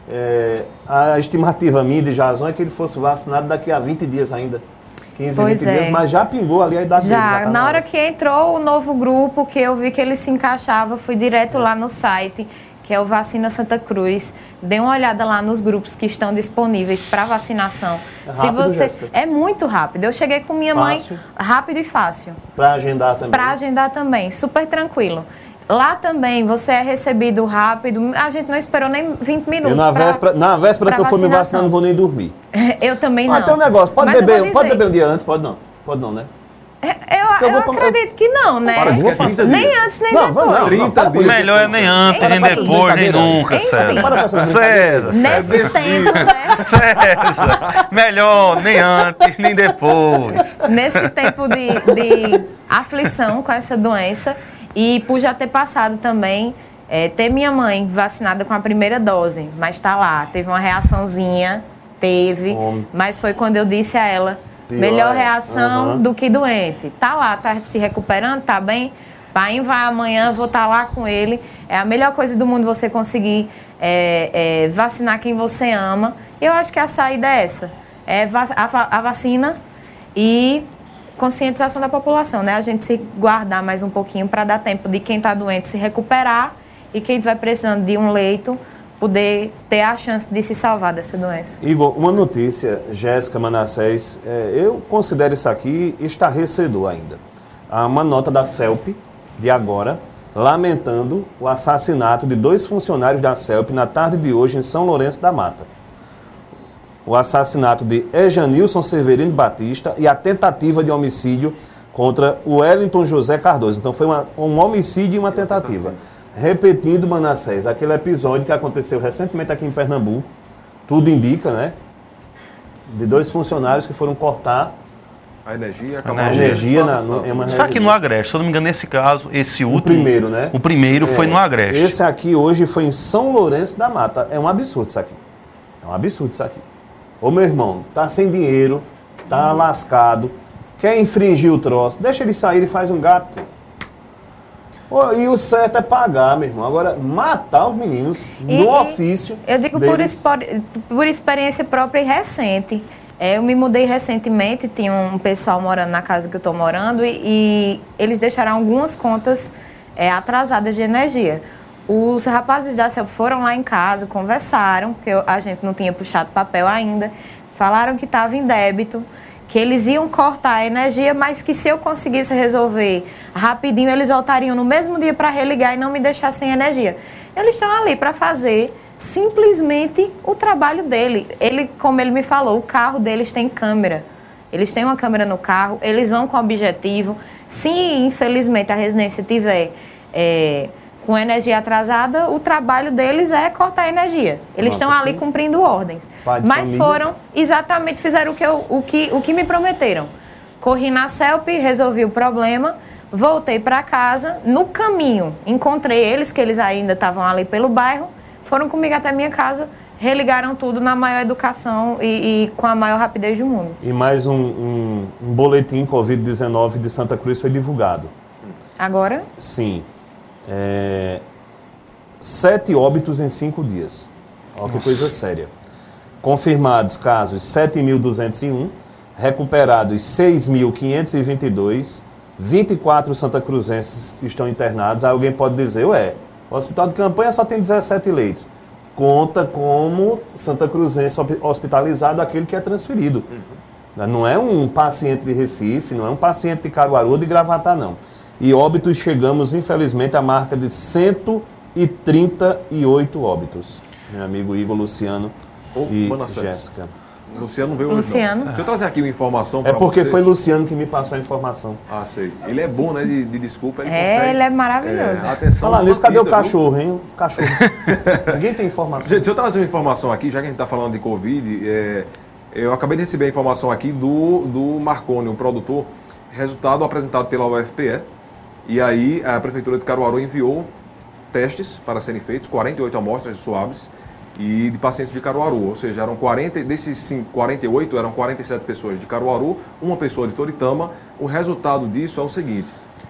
A estimativa minha de Jason é que ele fosse vacinado daqui a 20 dias ainda. 15, 20 dias, mas já pingou ali a idade dele. Já tá na hora que entrou o novo grupo, que eu vi que ele se encaixava, fui direto lá no site, que é o Vacina Santa Cruz. Dê uma olhada lá nos grupos que estão disponíveis para vacinação. É muito rápido. Eu cheguei com minha mãe, rápido e fácil. Para agendar também? Para agendar também, super tranquilo. Lá também você é recebido rápido. A gente não esperou nem 20 minutos. E na véspera que eu for me vacinar, não vou nem dormir. Eu também não. Tem um negócio, pode beber um dia antes? Pode não? Pode não, né? Eu acredito que não, né? Nem antes, nem depois. 30 dias. Melhor é nem antes, nem depois, nem nunca, César. Nesse tempo, né? César, melhor nem antes, nem depois. Nesse tempo de aflição com essa doença, e por já ter passado também, ter minha mãe vacinada com a primeira dose, mas tá lá, teve uma reaçãozinha, mas foi quando eu disse a ela, melhor reação do que doente. Tá lá, tá se recuperando, tá bem, pai vai amanhã, vou estar lá com ele. É a melhor coisa do mundo você conseguir vacinar quem você ama. Eu acho que a saída é essa, a vacina e conscientização da população, né? A gente se guardar mais um pouquinho para dar tempo de quem está doente se recuperar e quem estiver precisando de um leito poder ter a chance de se salvar dessa doença. Igor, uma notícia, Jéssica, Manassés, eu considero isso aqui estarrecedor ainda. Há uma nota da CELP de agora lamentando o assassinato de 2 funcionários da CELP na tarde de hoje em São Lourenço da Mata. O assassinato de Ejanilson Severino Batista e a tentativa de homicídio contra o Wellington José Cardoso. Então foi um homicídio e uma tentativa. Repetindo, Manassés, aquele episódio que aconteceu recentemente aqui em Pernambuco, tudo indica, né? De 2 funcionários que foram cortar a energia Só que no Agreste, se eu não me engano, nesse caso, esse último... O primeiro, né? O primeiro foi no Agreste. Esse aqui hoje foi em São Lourenço da Mata. É um absurdo isso aqui. É um absurdo isso aqui. Ô meu irmão, tá sem dinheiro, tá lascado, quer infringir o troço, deixa ele sair e faz um gato. E o certo é pagar, meu irmão. Agora, matar os meninos no ofício. Eu digo por experiência própria e recente. Eu me mudei recentemente, tinha um pessoal morando na casa que eu estou morando e eles deixaram algumas contas atrasadas de energia. Os rapazes da CELP foram lá em casa, conversaram, porque a gente não tinha puxado papel ainda, falaram que estava em débito, que eles iam cortar a energia, mas que se eu conseguisse resolver rapidinho, eles voltariam no mesmo dia para religar e não me deixar sem energia. Eles estão ali para fazer simplesmente o trabalho dele. Como ele me falou, o carro deles tem câmera. Eles têm uma câmera no carro, eles vão com objetivo. Se, infelizmente, a residência tiver com energia atrasada, o trabalho deles é cortar a energia. Eles estão ali cumprindo ordens. Mas fizeram o que me prometeram. Corri na CELP, resolvi o problema, voltei para casa. No caminho, encontrei eles, que eles ainda estavam ali pelo bairro, foram comigo até minha casa, religaram tudo na maior educação e com a maior rapidez do mundo. E mais um boletim Covid-19 de Santa Cruz foi divulgado. Agora? Sim. 7 óbitos em 5 dias. Olha que coisa séria. Confirmados casos 7.201, recuperados 6.522, 24 santacruzenses estão internados. Aí alguém pode dizer, o hospital de campanha só tem 17 leitos. Conta como santacruzense hospitalizado aquele que é transferido. Não é um paciente de Recife, não é um paciente de Caruaru ou de Gravatá, não. E óbitos, chegamos, infelizmente, à marca de 138 óbitos. Meu amigo Igor, Luciano e Jéssica. Luciano veio hoje. Deixa eu trazer aqui uma informação para vocês. É porque foi Luciano que me passou a informação. Ah, sei. Ele é bom, né, de desculpa. Ele consegue. Ele é maravilhoso. Atenção. Fala nisso, cadê o cachorro, hein? O cachorro. Ninguém tem informação. Gente, deixa eu trazer uma informação aqui, já que a gente está falando de Covid. Eu acabei de receber a informação aqui do Marconi, o produtor, resultado apresentado pela UFPE. E aí a Prefeitura de Caruaru enviou testes para serem feitos, 48 amostras de suaves e de pacientes de Caruaru, ou seja, eram 40, desses 48 eram 47 pessoas de Caruaru, uma pessoa de Toritama. O resultado disso é o seguinte: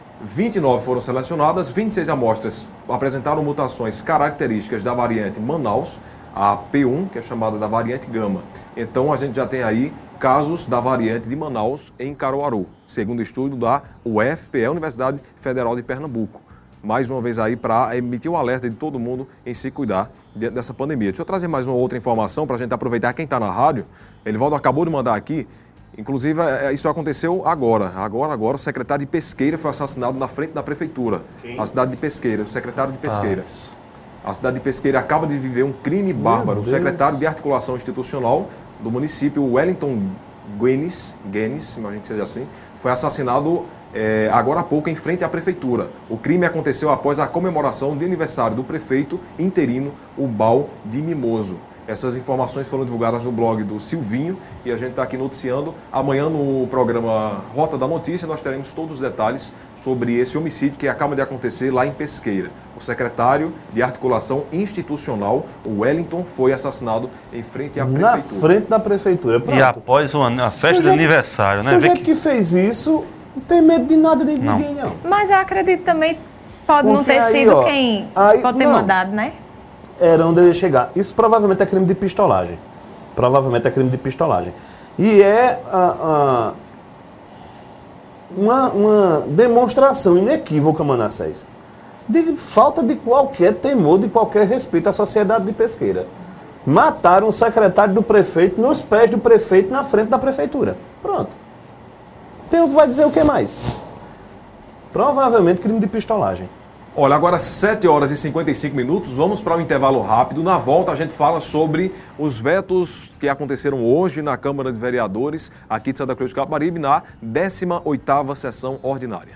29 foram selecionadas, 26 amostras apresentaram mutações características da variante Manaus, a P1, que é chamada da variante Gama. Então a gente já tem aí casos da variante de Manaus em Caruaru, segundo estudo da UFPE, Universidade Federal de Pernambuco. Mais uma vez aí para emitir um alerta de todo mundo em se cuidar dessa pandemia. Deixa eu trazer mais uma outra informação para a gente aproveitar quem está na rádio. Elivaldo acabou de mandar aqui, inclusive isso aconteceu agora. Agora o secretário de Pesqueira foi assassinado na frente da prefeitura. Quem? A cidade de Pesqueira, o secretário de Pesqueira. A cidade de Pesqueira acaba de viver um crime bárbaro. O secretário de Articulação Institucional do município, Wellington Guenes, imagino que seja assim, foi assassinado agora há pouco em frente à prefeitura. O crime aconteceu após a comemoração de aniversário do prefeito interino, Ubal de Mimoso. Essas informações foram divulgadas no blog do Silvinho e a gente está aqui noticiando. Amanhã no programa Rota da Notícia nós teremos todos os detalhes sobre esse homicídio que acaba de acontecer lá em Pesqueira. O secretário de Articulação Institucional, o Wellington, foi assassinado em frente à prefeitura. Na frente da prefeitura. Pronto. E após a festa de aniversário, né? O sujeito que fez isso não tem medo de nada de ninguém, não. Mas eu acredito também pode não ter sido quem pode ter mandado, né? Era onde eu ia chegar. Isso provavelmente é crime de pistolagem. E é uma demonstração inequívoca, Manassés, de falta de qualquer temor, de qualquer respeito à sociedade de Pesqueira. Mataram o secretário do prefeito nos pés do prefeito na frente da prefeitura. Pronto. Tem o que vai dizer o que mais? Provavelmente crime de pistolagem. Olha, agora 7 horas e 55 minutos, vamos para o intervalo rápido. Na volta a gente fala sobre os vetos que aconteceram hoje na Câmara de Vereadores aqui de Santa Cruz do Capibaribe, na 18ª sessão ordinária.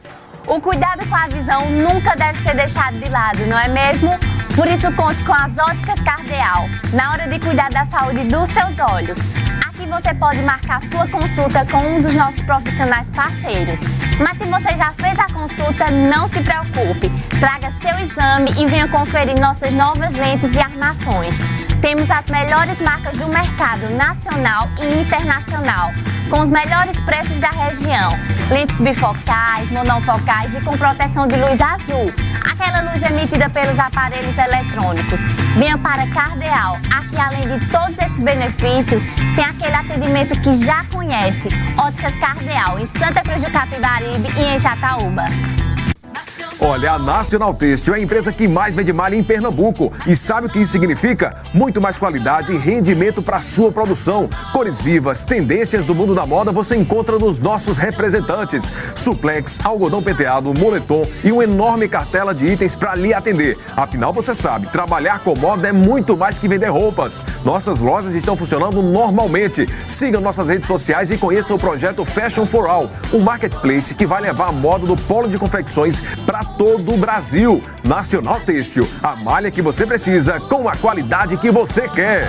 O cuidado com a visão nunca deve ser deixado de lado, não é mesmo? Por isso conte com as Óticas Cardeal, na hora de cuidar da saúde dos seus olhos. Aqui você pode marcar sua consulta com um dos nossos profissionais parceiros. Mas se você já fez a consulta, não se preocupe. Traga seu exame e venha conferir nossas novas lentes e armações. Temos as melhores marcas do mercado nacional e internacional, com os melhores preços da região. Lentes bifocais, monofocais e com proteção de luz azul. Aquela luz emitida pelos aparelhos eletrônicos. Venha para Cardeal. Aqui, além de todos esses benefícios, tem aquele atendimento que já conhece. Óticas Cardeal, em Santa Cruz do Capibaribe e em Jataúba. Olha, a National Têxtil é a empresa que mais vende malha em Pernambuco. E sabe o que isso significa? Muito mais qualidade e rendimento para a sua produção. Cores vivas, tendências do mundo da moda você encontra nos nossos representantes. Suplex, algodão penteado, moletom e uma enorme cartela de itens para lhe atender. Afinal, você sabe, trabalhar com moda é muito mais que vender roupas. Nossas lojas estão funcionando normalmente. Siga nossas redes sociais e conheça o projeto Fashion for All, um marketplace que vai levar a moda do polo de confecções para todo o Brasil. National Têxtil, a malha que você precisa com a qualidade que você quer.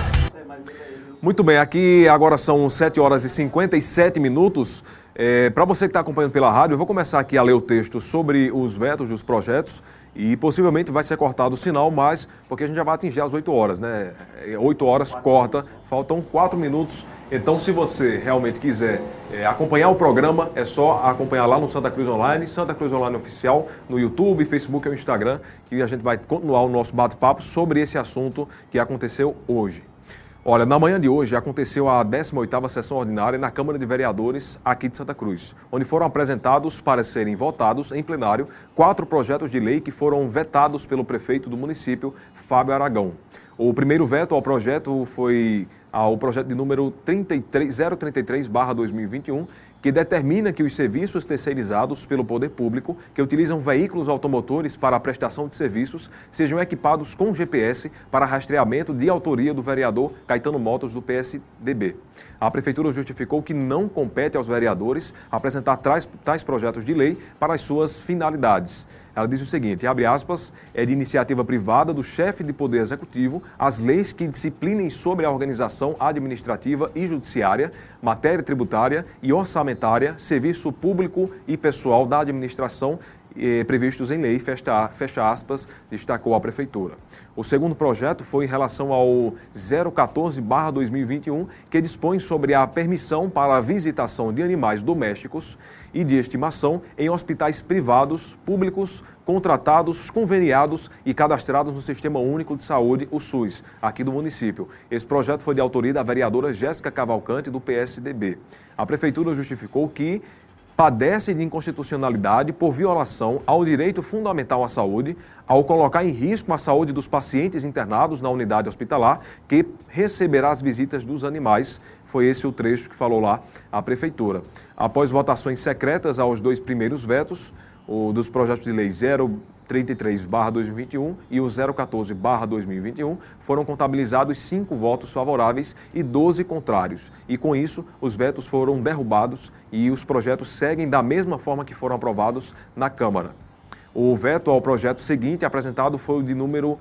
Muito bem, aqui agora são 7 horas e 57 minutos. Para você que está acompanhando pela rádio, eu vou começar aqui a ler o texto sobre os vetos dos projetos e possivelmente vai ser cortado o sinal, mas porque a gente já vai atingir as 8 horas, né? 8 horas corta, faltam 4 minutos. Então, se você realmente quiser acompanhar o programa, é só acompanhar lá no Santa Cruz Online, Santa Cruz Online Oficial, no YouTube, Facebook e Instagram, que a gente vai continuar o nosso bate-papo sobre esse assunto que aconteceu hoje. Olha, na manhã de hoje aconteceu a 18ª sessão ordinária na Câmara de Vereadores aqui de Santa Cruz, onde foram apresentados para serem votados em plenário 4 projetos de lei que foram vetados pelo prefeito do município, Fábio Aragão. O primeiro veto ao projeto foi ao projeto de número 033/2021, que determina que os serviços terceirizados pelo poder público que utilizam veículos automotores para a prestação de serviços sejam equipados com GPS para rastreamento de autoria do vereador Caetano Motos, do PSDB. A Prefeitura justificou que não compete aos vereadores apresentar tais projetos de lei para as suas finalidades. Ela diz o seguinte, abre aspas, é de iniciativa privada do chefe de Poder Executivo as leis que disciplinem sobre a organização administrativa e judiciária, matéria tributária e orçamentária, serviço público e pessoal da administração previstos em lei, fecha aspas, destacou a Prefeitura. O segundo projeto foi em relação ao 014/2021, que dispõe sobre a permissão para a visitação de animais domésticos e de estimação em hospitais privados, públicos, contratados, conveniados e cadastrados no Sistema Único de Saúde, o SUS, aqui do município. Esse projeto foi de autoria da vereadora Jéssica Cavalcante, do PSDB. A Prefeitura justificou que padece de inconstitucionalidade por violação ao direito fundamental à saúde, ao colocar em risco a saúde dos pacientes internados na unidade hospitalar, que receberá as visitas dos animais. Foi esse o trecho que falou lá a Prefeitura. Após votações secretas aos 2 primeiros vetos, o dos projetos de lei 033/2021 e o 014/2021, foram contabilizados 5 votos favoráveis e 12 contrários. E com isso, os vetos foram derrubados e os projetos seguem da mesma forma que foram aprovados na Câmara. O veto ao projeto seguinte apresentado foi o de número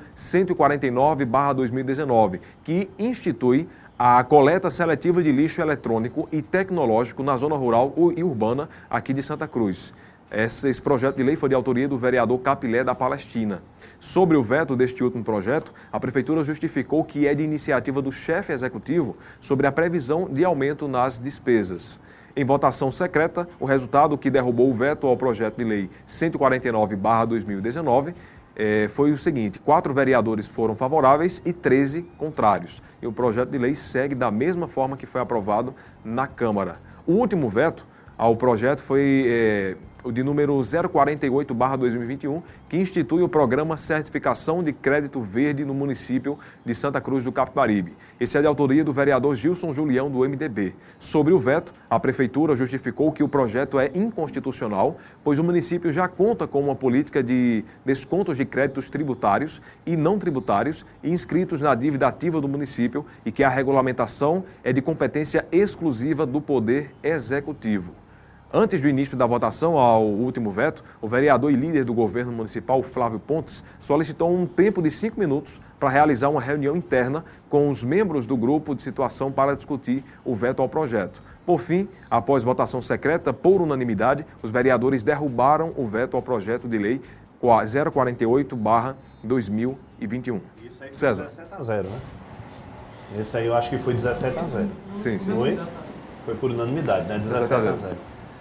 149/2019, que institui a coleta seletiva de lixo eletrônico e tecnológico na zona rural e urbana aqui de Santa Cruz. Esse projeto de lei foi de autoria do vereador Capilé da Palestina. Sobre o veto deste último projeto, a Prefeitura justificou que é de iniciativa do chefe executivo sobre a previsão de aumento nas despesas. Em votação secreta, o resultado que derrubou o veto ao projeto de lei 149/2019 foi o seguinte: 4 vereadores foram favoráveis e 13 contrários. E o projeto de lei segue da mesma forma que foi aprovado na Câmara. O último veto ao projeto foi o de número 048/2021, que institui o programa Certificação de Crédito Verde no município de Santa Cruz do Capibaribe. Esse é de autoria do vereador Gilson Julião, do MDB. Sobre o veto, a Prefeitura justificou que o projeto é inconstitucional, pois o município já conta com uma política de descontos de créditos tributários e não tributários inscritos na dívida ativa do município e que a regulamentação é de competência exclusiva do Poder Executivo. Antes do início da votação ao último veto, o vereador e líder do governo municipal, Flávio Pontes, solicitou um tempo de 5 minutos para realizar uma reunião interna com os membros do grupo de situação para discutir o veto ao projeto. Por fim, após votação secreta, por unanimidade, os vereadores derrubaram o veto ao projeto de lei 048/2021. Isso aí foi César. 17-0, né? Esse aí eu acho que foi 17-0. Sim. Foi por unanimidade, né? 17-0.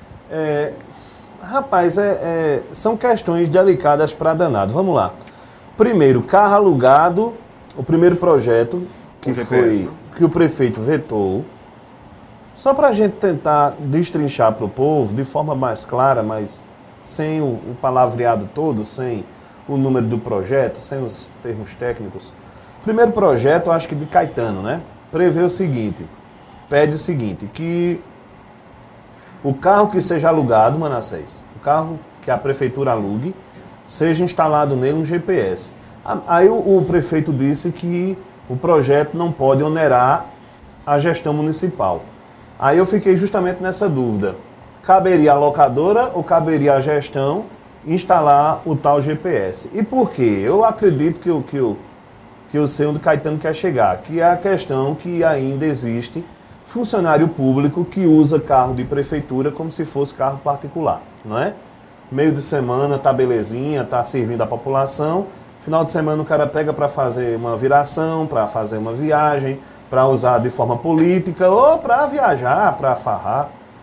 Rapaz, são questões delicadas para danado. Vamos lá. Primeiro, carro alugado, o primeiro projeto que que o prefeito vetou, só para a gente tentar destrinchar para o povo de forma mais clara, mas sem o palavreado todo, sem o número do projeto, sem os termos técnicos. Primeiro projeto, acho que de Caetano, né? Prevê o seguinte, pede o seguinte, que o carro que seja alugado, Manassés, o carro que a prefeitura alugue, seja instalado nele um GPS. Aí o prefeito disse que o projeto não pode onerar a gestão municipal. Aí eu fiquei justamente nessa dúvida. Caberia a locadora ou caberia a gestão instalar o tal GPS? E por quê? Eu acredito que eu sei onde o Caetano quer chegar, que é a questão que ainda existe funcionário público que usa carro de prefeitura como se fosse carro particular, não é? Meio de semana, tá belezinha, tá servindo a população. Final de semana o cara pega para fazer uma viração, para fazer uma viagem, para usar de forma política ou para viajar, para farrar.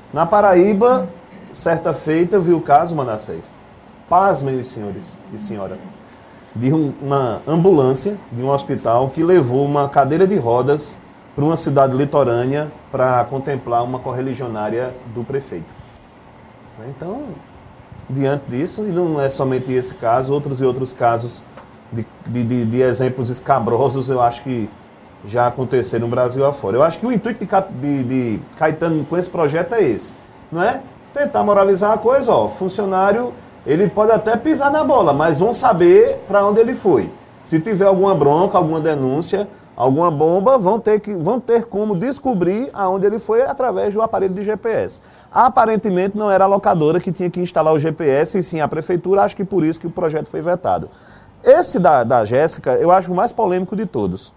Na Paraíba, certa feita, eu vi o caso, Manassés. Pasmem os senhores e senhora. De uma ambulância de um hospital que levou uma cadeira de rodas para uma cidade litorânea para contemplar uma correligionária do prefeito. Então, diante disso, e não é somente esse caso, outros e outros casos de exemplos escabrosos, eu acho que já aconteceram no Brasil afora. Eu acho que o intuito de Caetano com esse projeto é esse, não é? Tentar moralizar a coisa, ó, funcionário, ele pode até pisar na bola, mas vão saber para onde ele foi. Se tiver alguma bronca, alguma denúncia, alguma bomba, vão ter como descobrir aonde ele foi através do aparelho de GPS. Aparentemente não era a locadora que tinha que instalar o GPS, e sim a prefeitura, acho que por isso que o projeto foi vetado. Esse da Jéssica, eu acho o mais polêmico de todos.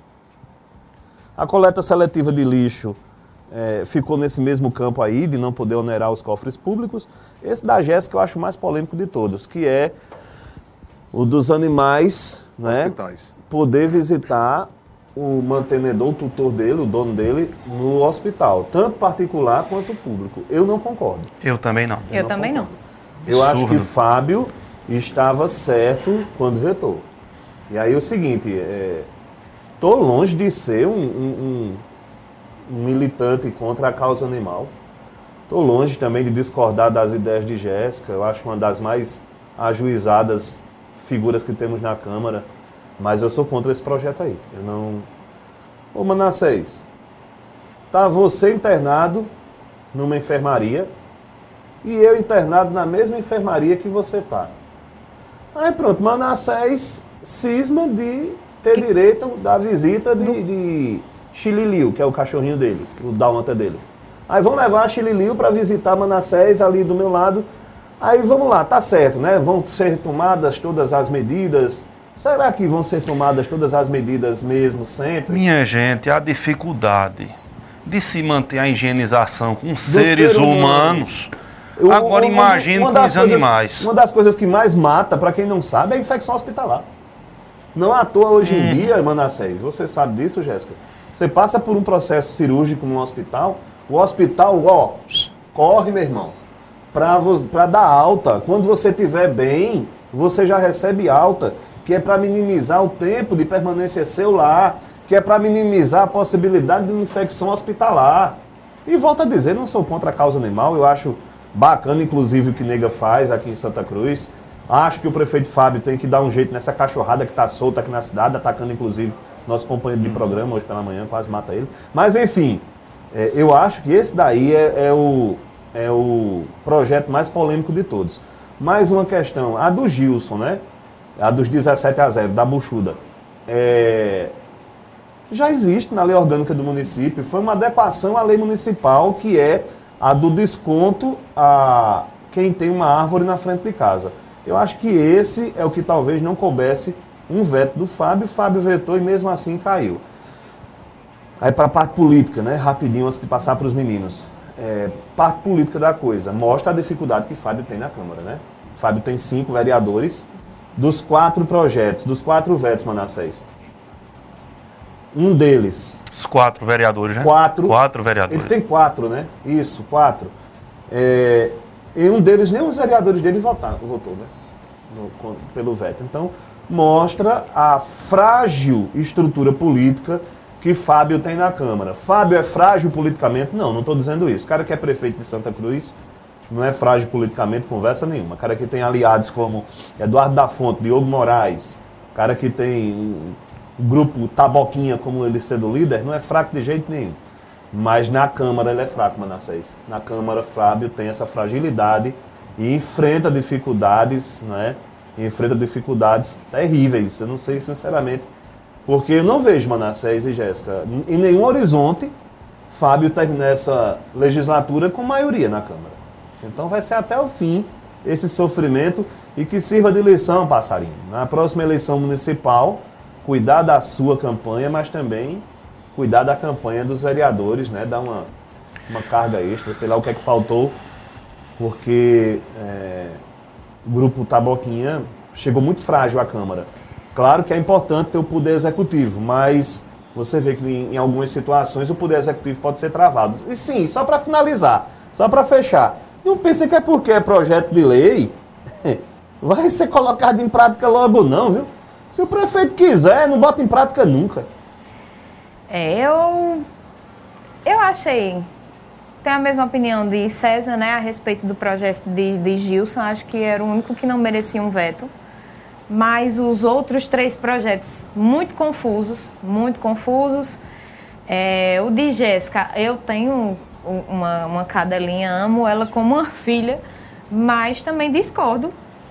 A coleta seletiva de lixo ficou nesse mesmo campo aí, de não poder onerar os cofres públicos. Esse da Jéssica eu acho o mais polêmico de todos, que é o dos animais, né, poder visitar o mantenedor, o tutor dele, o dono dele, no hospital, tanto particular quanto público. Eu não concordo. Eu também não. Eu também não. Eu acho que Fábio estava certo quando vetou. E aí é o seguinte, estou longe de ser um militante contra a causa animal. Estou longe também de discordar das ideias de Jéssica. Eu acho uma das mais ajuizadas figuras que temos na Câmara. Mas eu sou contra esse projeto aí. Eu não... Ô Manassés, tá você internado numa enfermaria e eu internado na mesma enfermaria que você tá. Aí pronto, Manassés cisma de ter direito da visita de Chililiu, que é o cachorrinho dele, o dálmata dele. Aí vão levar a Chililiu para visitar Manassés ali do meu lado. Aí vamos lá, tá certo, né? Vão ser tomadas todas as medidas. Será que vão ser tomadas todas as medidas mesmo, sempre? Minha gente, a dificuldade de se manter a higienização com seres humanos. Agora imagine com os animais. Uma das coisas que mais mata, para quem não sabe, é a infecção hospitalar. Não à toa hoje em dia, Manassés, você sabe disso, Jéssica? Você passa por um processo cirúrgico num hospital, o hospital, ó, corre, meu irmão, para dar alta. Quando você estiver bem, você já recebe alta, que é para minimizar o tempo de permanência celular, que é para minimizar a possibilidade de uma infecção hospitalar. E volto a dizer, não sou contra a causa animal, eu acho bacana, inclusive, o que Nega faz aqui em Santa Cruz. Acho que o prefeito Fábio tem que dar um jeito nessa cachorrada que está solta aqui na cidade, atacando, inclusive, nosso companheiro de programa hoje pela manhã, quase mata ele. Mas, enfim, eu acho que esse daí é o projeto mais polêmico de todos. Mais uma questão, a do Gilson, né? A dos 17-0, da buchuda. Já existe na lei orgânica do município, foi uma adequação à lei municipal, que é a do desconto a quem tem uma árvore na frente de casa. Eu acho que esse é o que talvez não coubesse um veto do Fábio. O Fábio vetou e mesmo assim caiu. Aí para a parte política, né? Rapidinho, antes de passar para os meninos. Parte política da coisa. Mostra a dificuldade que Fábio tem na Câmara, né? Fábio tem 5 vereadores. Dos 4 projetos, dos 4 vetos, Manassés. Um deles... Os 4 vereadores, né? 4 vereadores. Ele tem 4, né? Isso, 4. E um deles, nem os vereadores dele votou, né? Pelo veto. Então, mostra a frágil estrutura política que Fábio tem na Câmara. Fábio é frágil politicamente? Não estou dizendo isso. O cara que é prefeito de Santa Cruz não é frágil politicamente, conversa nenhuma. O cara que tem aliados como Eduardo da Fonte, Diogo Moraes, o cara que tem um grupo Taboquinha como ele sendo líder, não é fraco de jeito nenhum. Mas na Câmara ele é fraco, Manassés. Na Câmara, Fábio tem essa fragilidade e enfrenta dificuldades, né? Enfrenta dificuldades terríveis. Eu não sei, sinceramente, porque eu não vejo, Manassés e Jéssica, em nenhum horizonte, Fábio terminar essa legislatura com maioria na Câmara. Então vai ser até o fim esse sofrimento e que sirva de lição, passarinho. Na próxima eleição municipal, cuidar da sua campanha, mas também cuidar da campanha dos vereadores, né? Dar uma carga extra, sei lá o que é que faltou, porque o grupo Taboquinha chegou muito frágil à Câmara. Claro que é importante ter o poder executivo, mas você vê que em algumas situações o poder executivo pode ser travado. E sim, só para finalizar, Só para fechar. Não pense que é porque é projeto de lei, vai ser colocado em prática logo não, viu? Se o prefeito quiser, não bota em prática nunca. Eu achei, tenho a mesma opinião de César, né, a respeito do projeto de Gilson. Acho que era o único que não merecia um veto. Mas os outros 3 projetos, muito confusos. O de Jéssica, eu tenho uma cadelinha, amo ela como uma filha, mas também discordo.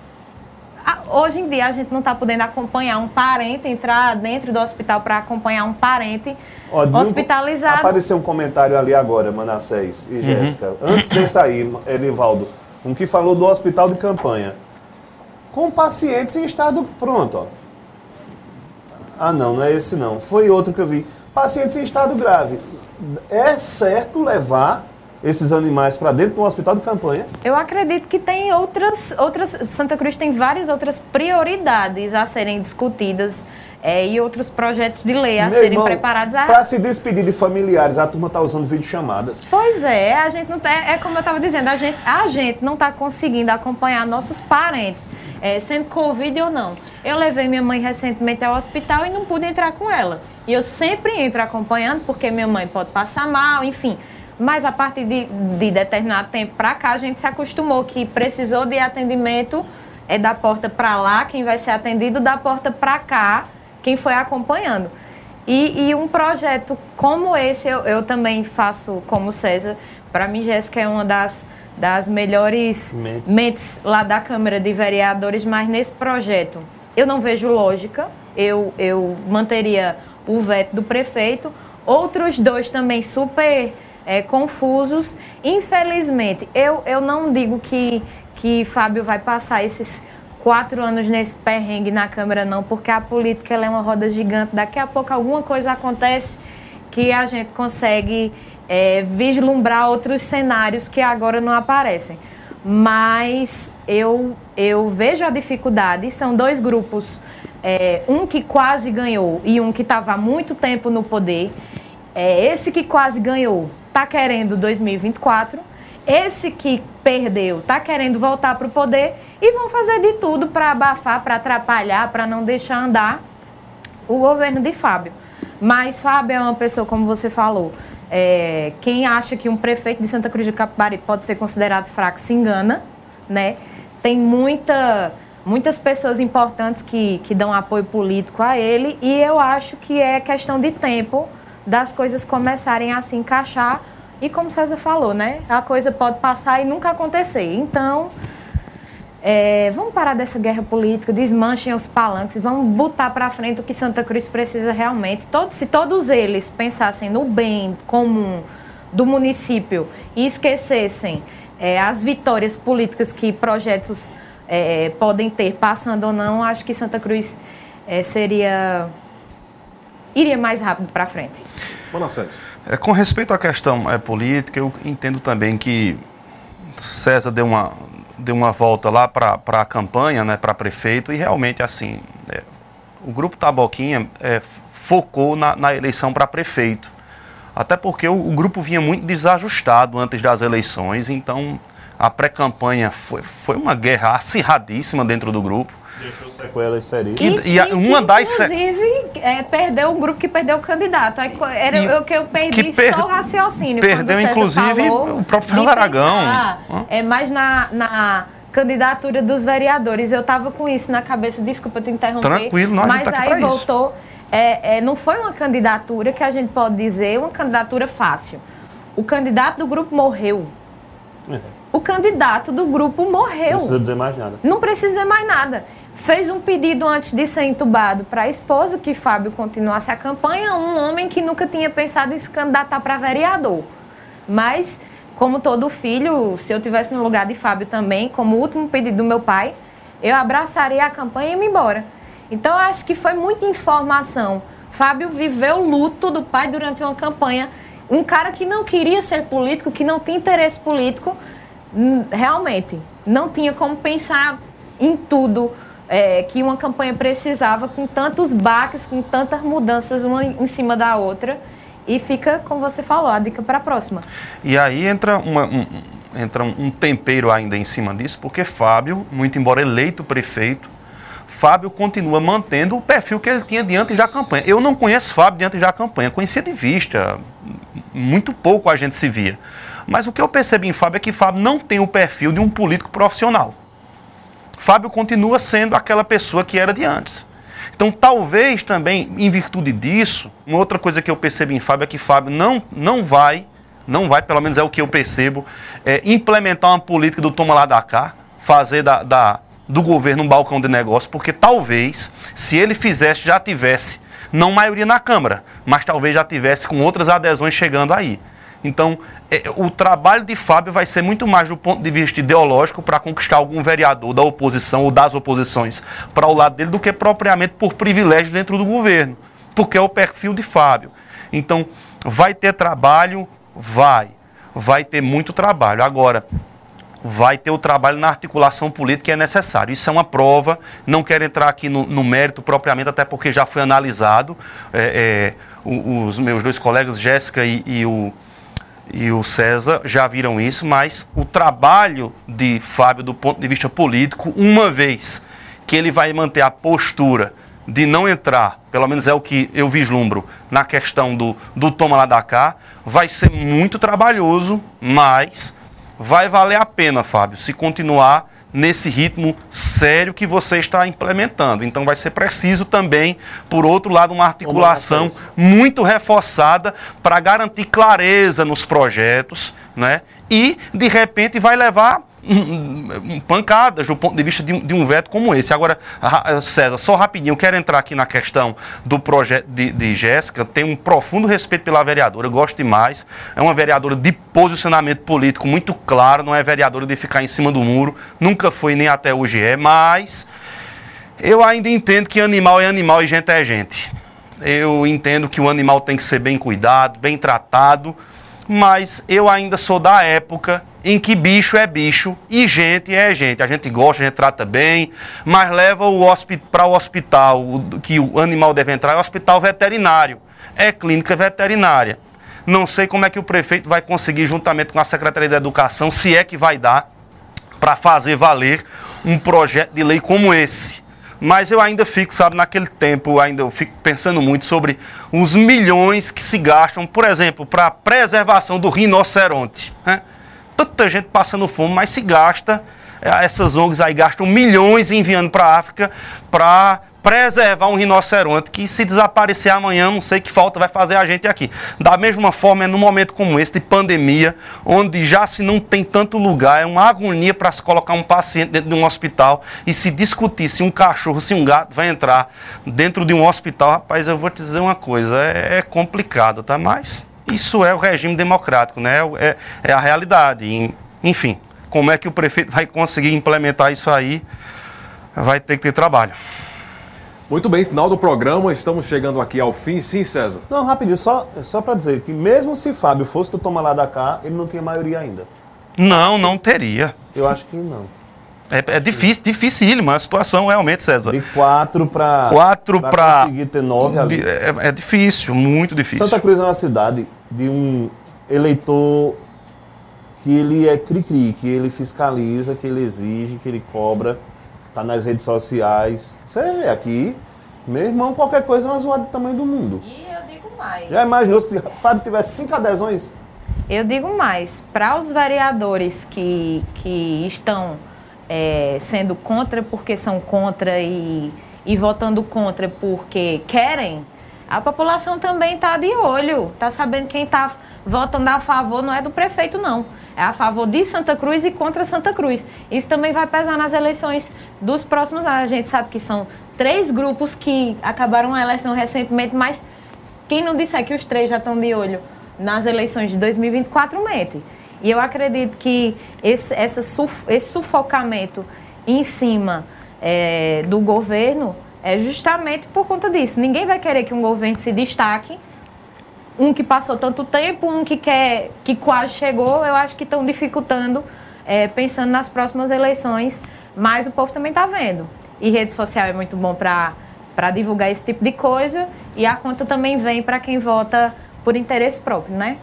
Hoje em dia a gente não está podendo acompanhar um parente, entrar dentro do hospital para acompanhar um parente hospitalizado. Apareceu um comentário ali agora, Manassés e Jéssica. Antes de sair, Elivaldo, um que falou do hospital de campanha. Com pacientes em estado... Pronto, ó. Ah, não é esse não. Foi outro que eu vi. Pacientes em estado grave. É certo levar esses animais para dentro do hospital de campanha? Eu acredito que tem outras... Santa Cruz tem várias outras prioridades a serem discutidas e outros projetos de lei a serem preparados. Para se despedir de familiares, a turma está usando videochamadas. Pois é, a gente não tá, é como eu estava dizendo, a gente não está conseguindo acompanhar nossos parentes, sendo Covid ou não. Eu levei minha mãe recentemente ao hospital e não pude entrar com ela. E eu sempre entro acompanhando, porque minha mãe pode passar mal, enfim. Mas a partir de determinado tempo para cá, a gente se acostumou que precisou de atendimento, da porta para lá, quem vai ser atendido, da porta para cá, quem foi acompanhando. E um projeto como esse, eu também faço como César. Para mim, Jéssica é uma das melhores mentes lá da Câmara de Vereadores, mas nesse projeto eu não vejo lógica. Eu manteria o veto do prefeito. Outros 2 também super confusos. Infelizmente, eu não digo que Fábio vai passar esses 4 anos nesse perrengue na Câmara, não, porque a política ela é uma roda gigante. Daqui a pouco alguma coisa acontece que a gente consegue vislumbrar outros cenários que agora não aparecem. Mas eu vejo a dificuldade. São 2 grupos, um que quase ganhou e um que estava há muito tempo no poder. Esse que quase ganhou está querendo 2024. Esse que perdeu está querendo voltar para o poder e vão fazer de tudo para abafar, para atrapalhar, para não deixar andar o governo de Fábio. Mas Fábio é uma pessoa, como você falou, quem acha que um prefeito de Santa Cruz de Capibari pode ser considerado fraco se engana, né? Tem muitas pessoas importantes que dão apoio político a ele e eu acho que é questão de tempo das coisas começarem a se encaixar. E como César falou, né? A coisa pode passar e nunca acontecer. Então, vamos parar dessa guerra política, desmanchem os palanques, vamos botar para frente o que Santa Cruz precisa realmente. Se todos eles pensassem no bem comum do município e esquecessem as vitórias políticas que projetos podem ter, passando ou não, acho que Santa Cruz iria mais rápido para frente. Manassés. Com respeito à questão política, eu entendo também que César deu uma volta lá para a campanha, né, para prefeito, e realmente assim, o Grupo Taboquinha focou na eleição para prefeito. Até porque o grupo vinha muito desajustado antes das eleições, então a pré-campanha foi uma guerra acirradíssima dentro do grupo. Deixou sequelas seríssimas. Inclusive, perdeu o grupo que perdeu o candidato. Era o que eu perdi só o raciocínio. Perdeu, inclusive, o próprio Fernando Aragão. Mas na candidatura dos vereadores. Eu estava com isso na cabeça, desculpa te interromper. Tranquilo, nós mas tá aqui aí pra voltou. Não foi uma candidatura que a gente pode dizer uma candidatura fácil. O candidato do grupo morreu. O candidato do grupo morreu. Não precisa dizer mais nada. Não precisa dizer mais nada. Fez um pedido antes de ser entubado para a esposa que Fábio continuasse a campanha, um homem que nunca tinha pensado em se candidatar para vereador. Mas, como todo filho, se eu tivesse no lugar de Fábio também, como último pedido do meu pai, eu abraçaria a campanha e ia embora. Então, eu acho que foi muita informação. Fábio viveu o luto do pai durante uma campanha. Um cara que não queria ser político, que não tinha interesse político, realmente não tinha como pensar em tudo que uma campanha precisava, com tantos baques, com tantas mudanças uma em cima da outra. e fica, como você falou, a dica para a próxima. E aí entra um tempero ainda em cima disso, porque Fábio, muito embora eleito prefeito, Fábio continua mantendo o perfil que ele tinha diante da campanha. Eu não conheço Fábio diante da campanha, conhecia de vista, muito pouco a gente se via. Mas o que eu percebi em Fábio é que Fábio não tem o perfil de um político profissional. Fábio continua sendo aquela pessoa que era de antes. Então, talvez também, em virtude disso, uma outra coisa que eu percebi em Fábio é que Fábio não vai, pelo menos é o que eu percebo, implementar uma política do toma lá da cá, fazer do governo um balcão de negócio, porque talvez, se ele fizesse, já tivesse, não maioria na Câmara, mas talvez já tivesse com outras adesões chegando aí. Então, o trabalho de Fábio vai ser muito mais do ponto de vista ideológico para conquistar algum vereador da oposição ou das oposições para o lado dele do que propriamente por privilégio dentro do governo, porque é o perfil de Fábio. Então, vai ter trabalho? Vai ter muito trabalho. Agora, vai ter o trabalho na articulação política que é necessário. Isso é uma prova, não quero entrar aqui no mérito propriamente, até porque já foi analisado. Os meus dois colegas, Jéssica e o César, já viram isso, mas o trabalho de Fábio do ponto de vista político, uma vez que ele vai manter a postura de não entrar, pelo menos é o que eu vislumbro, na questão do toma lá da cá, vai ser muito trabalhoso, mas vai valer a pena, Fábio, se continuar nesse ritmo sério que você está implementando. Então vai ser preciso também, por outro lado, uma articulação muito reforçada para garantir clareza nos projetos, né? E, de repente, vai levar pancadas do ponto de vista de um veto como esse. Agora, César, só rapidinho, eu quero entrar aqui na questão do projeto de Jéssica. Tenho um profundo respeito pela vereadora, eu gosto demais. É uma vereadora de posicionamento político muito claro, não é vereadora de ficar em cima do muro, nunca foi nem até hoje mas eu ainda entendo que animal é animal e gente é gente. Eu entendo que o animal tem que ser bem cuidado, bem tratado, mas eu ainda sou da época em que bicho é bicho e gente é gente. A gente gosta, a gente trata bem, mas leva para o hospital que o animal deve entrar, é o hospital veterinário, é clínica veterinária. Não sei como é que o prefeito vai conseguir, juntamente com a Secretaria da Educação, se é que vai dar para fazer valer um projeto de lei como esse. Mas eu ainda fico, sabe, naquele tempo, eu fico pensando muito sobre os milhões que se gastam, por exemplo, para a preservação do rinoceronte, né? Tanta gente passando fome, mas se gasta, essas ONGs aí gastam milhões enviando para a África para preservar um rinoceronte que, se desaparecer amanhã, não sei que falta vai fazer a gente aqui. Da mesma forma, é num momento como esse de pandemia, onde já se não tem tanto lugar, é uma agonia para se colocar um paciente dentro de um hospital e se discutir se um cachorro, se um gato vai entrar dentro de um hospital. Rapaz, eu vou te dizer uma coisa, é complicado, tá? Mas isso é o regime democrático, né? É a realidade. Enfim, como é que o prefeito vai conseguir implementar isso aí? Vai ter que ter trabalho. Muito bem, final do programa, estamos chegando aqui ao fim. Sim, César? Não, rapidinho, só para dizer que mesmo se Fábio fosse do toma lá da cá, ele não tinha maioria ainda. Não teria. Eu acho que não. É dificílimo a situação realmente, César. De 4 para conseguir ter 9 ali. É difícil, muito difícil. Santa Cruz é uma cidade de um eleitor que ele é cri-cri, que ele fiscaliza, que ele exige, que ele cobra, tá nas redes sociais. Você vê aqui, meu irmão, qualquer coisa é uma zoada do tamanho do mundo. E eu digo mais. Já imaginou se o Fábio tivesse 5 adesões? Eu digo mais, para os vereadores que estão sendo contra porque são contra e votando contra porque querem, a população também está de olho, está sabendo quem está votando a favor não é do prefeito, não. É a favor de Santa Cruz e contra Santa Cruz. Isso também vai pesar nas eleições dos próximos anos. A gente sabe que são 3 grupos que acabaram a eleição recentemente, mas quem não disser que os 3 já estão de olho nas eleições de 2024, mente. E eu acredito que esse sufocamento em cima do governo é justamente por conta disso. Ninguém vai querer que um governo se destaque. Um que passou tanto tempo, um que quase chegou, eu acho que estão dificultando, pensando nas próximas eleições, mas o povo também está vendo. E rede social é muito bom para divulgar esse tipo de coisa, e a conta também vem para quem vota por interesse próprio, né?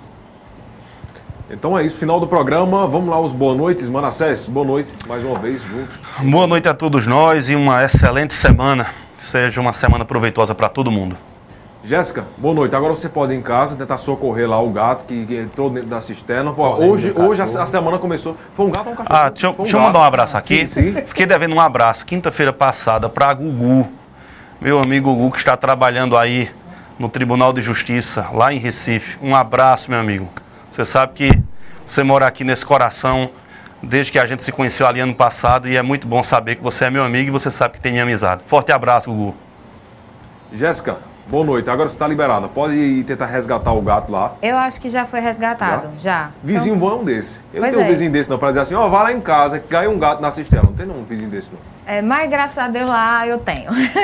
Então é isso, final do programa. Vamos lá, os boa noites. Manassés, boa noite, mais uma vez, juntos. Boa noite a todos nós e uma excelente semana. Seja uma semana proveitosa para todo mundo. Jéssica, boa noite. Agora você pode ir em casa tentar socorrer lá o gato que entrou dentro da cisterna. Hoje a semana começou. Foi um gato ou um cachorro? Deixa eu mandar um abraço aqui. Sim. Fiquei devendo um abraço quinta-feira passada para Gugu, meu amigo Gugu, que está trabalhando aí no Tribunal de Justiça, lá em Recife. Um abraço, meu amigo. Você sabe que você mora aqui nesse coração desde que a gente se conheceu ali ano passado e é muito bom saber que você é meu amigo e você sabe que tem minha amizade. Forte abraço, Gugu. Jéssica, boa noite. Agora você está liberada. Pode ir tentar resgatar o gato lá. Eu acho que já foi resgatado, já. Vizinho bom é um desse. Eu não Pois tenho um é. vizinho desse não, para dizer assim, vai lá em casa, que ganha um gato na cisterna. Não tem um vizinho desse não. Mas graças a Deus lá eu tenho.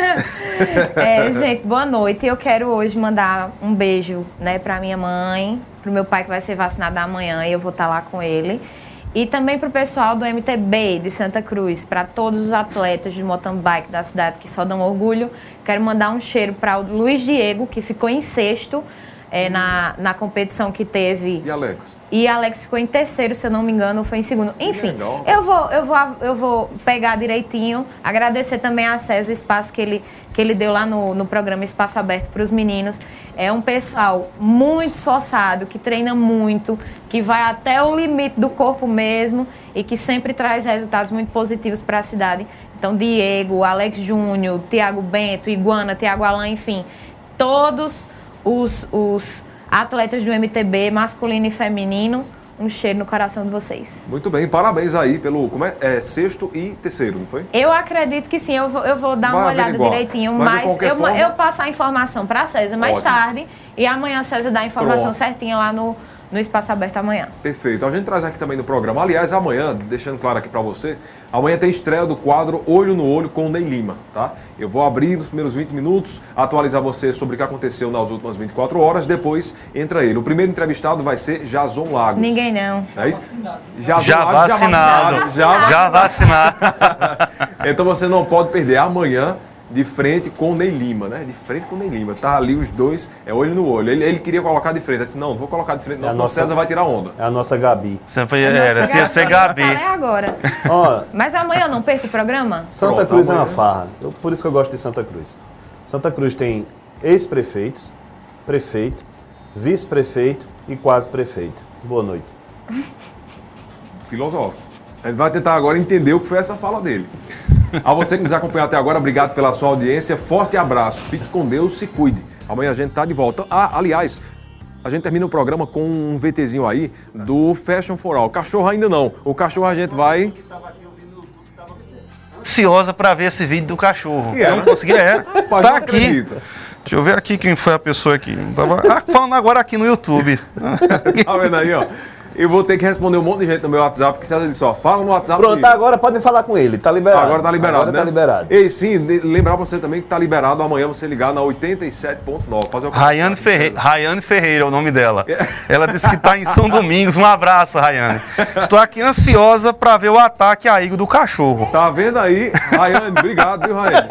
Gente, boa noite. Eu quero hoje mandar um beijo, né, pra minha mãe, pro meu pai que vai ser vacinado amanhã e eu vou estar lá com ele. E também pro pessoal do MTB de Santa Cruz, para todos os atletas de mountain bike da cidade que só dão orgulho. Quero mandar um cheiro para o Luiz Diego, que ficou em sexto na competição que teve. E Alex? E Alex ficou em terceiro, se eu não me engano, foi em segundo. Enfim, eu vou pegar direitinho, agradecer também a César o espaço que ele deu lá no programa Espaço Aberto para os meninos. É um pessoal muito esforçado, que treina muito, que vai até o limite do corpo mesmo e que sempre traz resultados muito positivos para a cidade. Então, Diego, Alex Júnior, Tiago Bento, Iguana, Tiago Alain, enfim, todos os atletas do MTB, masculino e feminino, um cheiro no coração de vocês. Muito bem, parabéns aí pelo sexto e terceiro, não foi? Eu acredito que sim, eu vou dar uma olhada direitinho, mas eu passo a informação para César mais tarde e amanhã César dá a informação certinha lá no Espaço Aberto amanhã. Perfeito. A gente traz aqui também no programa. Aliás, amanhã, deixando claro aqui pra você, amanhã tem estreia do quadro Olho no Olho com o Ney Lima, tá? Eu vou abrir nos primeiros 20 minutos, atualizar você sobre o que aconteceu nas últimas 24 horas, depois entra ele. O primeiro entrevistado vai ser Jason Lagos. Ninguém não. É isso? Já vacinado. Então você não pode perder amanhã. De frente com o Ney Lima, né? De frente com o Ney Lima. Tá ali os dois, olho no olho. Ele queria colocar de frente. Eu disse, não vou colocar de frente, senão o César vai tirar onda. É a nossa Gabi. Sempre ia ser Gabi. Agora. Mas amanhã eu não perco o programa? Santa Cruz é uma farra. Por isso que eu gosto de Santa Cruz. Santa Cruz tem ex-prefeitos, prefeito, vice-prefeito e quase prefeito. Boa noite. Filosófico. A gente vai tentar agora entender o que foi essa fala dele. A você que nos acompanhou até agora, obrigado pela sua audiência. Forte abraço. Fique com Deus, se cuide. Amanhã a gente tá de volta. Aliás, a gente termina o programa com um VTzinho aí do Fashion for All. Cachorro ainda não. O cachorro a gente vai... Ansiosa para ver esse vídeo do cachorro. Eu não consegui. Tá aqui. Acredita. Deixa eu ver aqui quem foi a pessoa aqui. Tava falando agora aqui no YouTube. Tá vendo aí, ó? Eu vou ter que responder um monte de gente no meu WhatsApp, porque César disse, fala no WhatsApp. Pronto, agora podem falar com ele, tá liberado. Agora tá liberado, agora né? Tá liberado. E sim, lembrar você também que tá liberado amanhã você ligar na 87.9. Fazer o Rayane Ferreira é o nome dela. Ela disse que tá em São Domingos. Um abraço, Rayane. Estou aqui ansiosa para ver o ataque a Igor do cachorro. Tá vendo aí? Rayane, obrigado, viu, Rayane?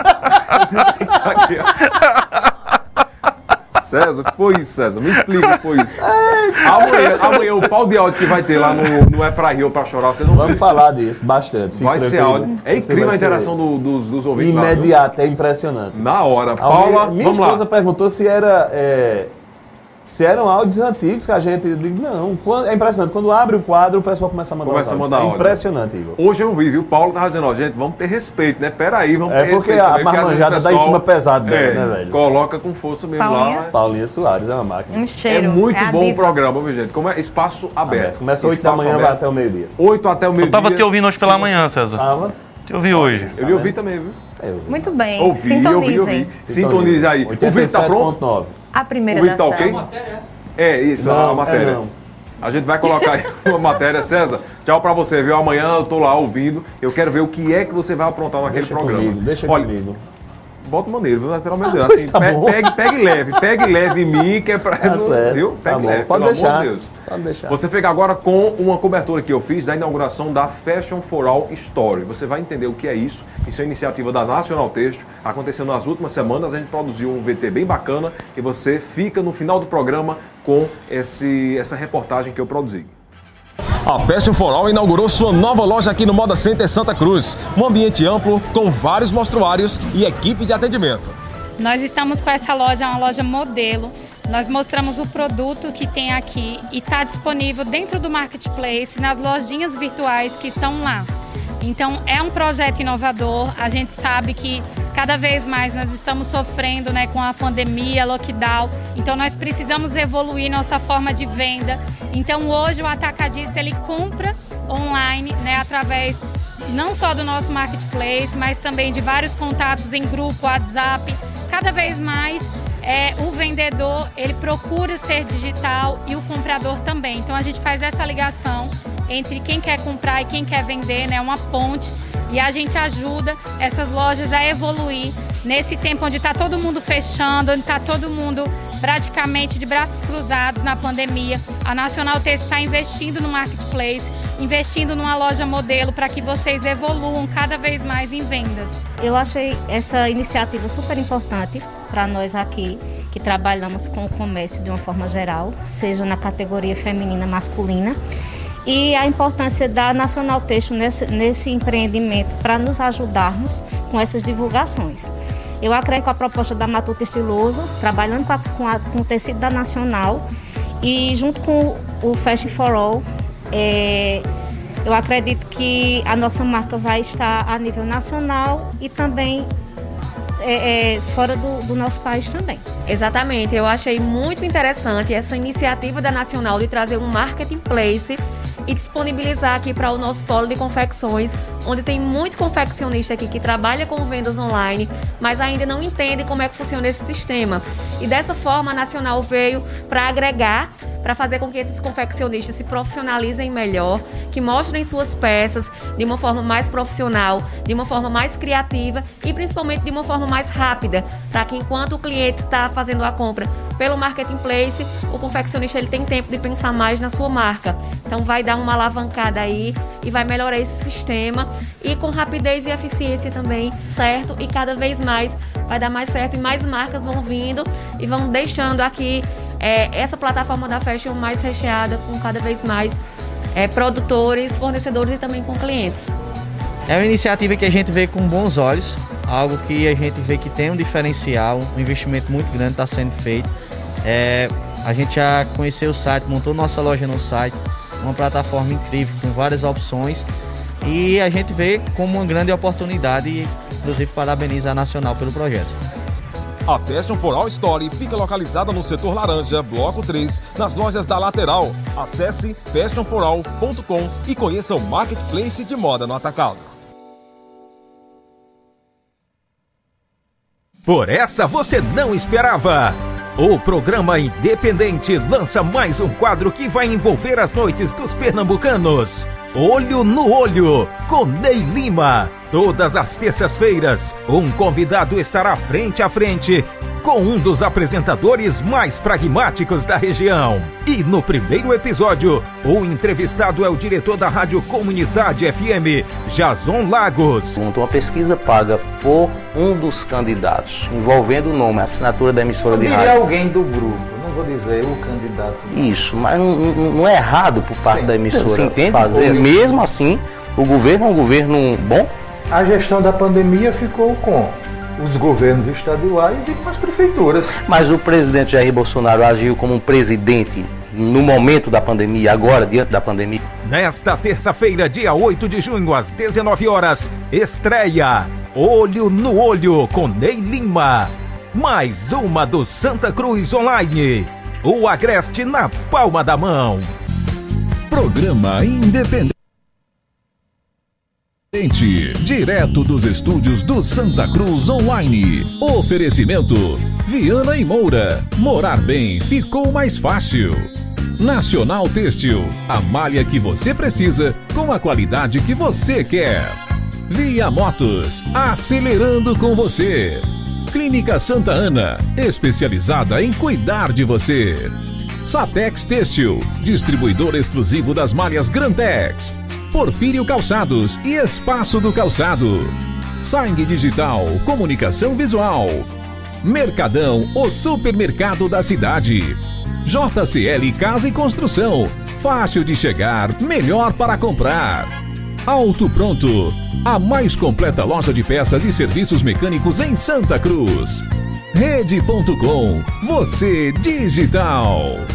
César, o que foi isso, César? Me explica o que foi isso. Amanhã o pau de áudio que vai ter lá no É Pra Rir ou Pra Chorar, vocês não vamos falar disso, bastante. Vai ser áudio. É incrível a interação dos ouvintes. Imediato, é impressionante. Na hora. Paula, minha esposa perguntou se eram áudios antigos que a gente... Não, é impressionante. Quando abre o quadro, o pessoal começa a mandar áudio. É impressionante, Igor. Hoje eu vi, viu? O Paulo tava dizendo, gente, vamos ter respeito, né? Peraí, vamos ter respeito. É porque a marmanjada dá em cima pesado dela, né, velho? Coloca com força mesmo Paulinha. lá. Paulinha Soares é uma máquina. Um cheiro. É muito bom o programa, viu, gente? Como é Espaço Aberto. Começa 8 da manhã, vai até o meio-dia. 8 até o meio-dia. Eu tava te ouvindo hoje pela manhã, César. Tava? Te ouvi hoje. Eu lhe ouvi também, viu? Muito bem. Ouvi. Sintonizem. Sintonize aí. O vídeo tá pronto? 87.9. A primeira O vídeo tá da ok? É isso, a matéria. A gente vai colocar aí uma matéria. César, tchau pra você, viu? Amanhã eu tô lá ouvindo. Eu quero ver o que é que você vai aprontar naquele programa. Deixa comigo. Bota maneiro, viu? Mas, pelo amor de Deus, assim, pegue leve em mim, que é pra... viu? Pegue leve, pode pelo deixar. amor de Deus. Pode deixar. Você fica agora com uma cobertura que eu fiz da inauguração da Fashion for All Story. Você vai entender o que é isso. Isso é iniciativa da Nacional Têxtil. Aconteceu nas últimas semanas, a gente produziu um VT bem bacana e você fica no final do programa com essa reportagem que eu produzi. A Fashion for All inaugurou sua nova loja aqui no Moda Center Santa Cruz. Um ambiente amplo, com vários mostruários e equipe de atendimento. Nós estamos com essa loja, uma loja modelo. Nós mostramos o produto que tem aqui e está disponível dentro do Marketplace, nas lojinhas virtuais que estão lá. Então, é um projeto inovador. A gente sabe que cada vez mais nós estamos sofrendo, né, com a pandemia, lockdown. Então, nós precisamos evoluir nossa forma de venda. Então, hoje o atacadista ele compra online, né, através não só do nosso Marketplace, mas também de vários contatos em grupo, WhatsApp. Cada vez mais o vendedor ele procura ser digital e o comprador também. Então, a gente faz essa ligação entre quem quer comprar e quem quer vender, né, uma ponte. E a gente ajuda essas lojas a evoluir nesse tempo onde está todo mundo fechando, onde está todo mundo praticamente de braços cruzados na pandemia. A Nacional Têxtil está investindo no Marketplace, investindo numa loja modelo para que vocês evoluam cada vez mais em vendas. Eu achei essa iniciativa super importante para nós aqui, que trabalhamos com o comércio de uma forma geral, seja na categoria feminina, masculina. E a importância da Nacional Têxtil nesse empreendimento para nos ajudarmos com essas divulgações. Eu acredito com a proposta da Matuta Estiloso, trabalhando com o tecido da Nacional e junto com o Fashion for All, eu acredito que a nossa marca vai estar a nível nacional e também fora do nosso país também. Exatamente, eu achei muito interessante essa iniciativa da Nacional de trazer um marketplace e disponibilizar aqui para o nosso polo de confecções, onde tem muito confeccionista aqui que trabalha com vendas online, mas ainda não entende como é que funciona esse sistema. E dessa forma a Nacional veio para agregar, para fazer com que esses confeccionistas se profissionalizem melhor, que mostrem suas peças de uma forma mais profissional, de uma forma mais criativa e principalmente de uma forma mais rápida, para que enquanto o cliente está fazendo a compra pelo Marketplace, o confeccionista ele tem tempo de pensar mais na sua marca. Então vai dar uma alavancada aí e vai melhorar esse sistema e com rapidez e eficiência também, certo? E cada vez mais vai dar mais certo e mais marcas vão vindo e vão deixando aqui essa plataforma da Fashion mais recheada com cada vez mais produtores, fornecedores e também com clientes. É uma iniciativa que a gente vê com bons olhos, algo que a gente vê que tem um diferencial, um investimento muito grande está sendo feito. A gente já conheceu o site, montou nossa loja no site, uma plataforma incrível com várias opções e a gente vê como uma grande oportunidade e inclusive parabeniza a Nacional pelo projeto. A Fashion for All Story fica localizada no setor laranja, bloco 3, nas lojas da Lateral. Acesse fashionforall.com e conheça o Marketplace de moda no atacado. Por essa você não esperava! O programa Independente lança mais um quadro que vai envolver as noites dos pernambucanos. Olho no Olho, com Ney Lima. Todas as terças-feiras, um convidado estará frente a frente com um dos apresentadores mais pragmáticos da região. E no primeiro episódio, o entrevistado é o diretor da Rádio Comunidade FM, Jason Lagos. Montou uma pesquisa paga por um dos candidatos, envolvendo o nome, a assinatura da emissora de rádio. Alguém do grupo, não vou dizer o candidato. Isso, mas não é errado por parte da emissora. Você entende? Fazer. Mesmo assim, o governo é um governo bom? A gestão da pandemia ficou com os governos estaduais e com as prefeituras. Mas o presidente Jair Bolsonaro agiu como um presidente no momento da pandemia, agora, diante da pandemia. Nesta terça-feira, dia 8 de junho, às 19 horas, estreia Olho no Olho com Ney Lima. Mais uma do Santa Cruz Online. O Agreste na palma da mão. Programa Independente. Direto dos estúdios do Santa Cruz Online. Oferecimento Viana e Moura. Morar bem ficou mais fácil. Nacional Têxtil, a malha que você precisa com a qualidade que você quer. Via Motos, acelerando com você. Clínica Santa Ana, especializada em cuidar de você. Satex Têxtil, distribuidor exclusivo das malhas Grantex. Porfírio Calçados e Espaço do Calçado. Sang Digital, comunicação visual. Mercadão, o supermercado da cidade. JCL Casa e Construção, fácil de chegar, melhor para comprar. Auto Pronto, a mais completa loja de peças e serviços mecânicos em Santa Cruz. Rede.com, você digital.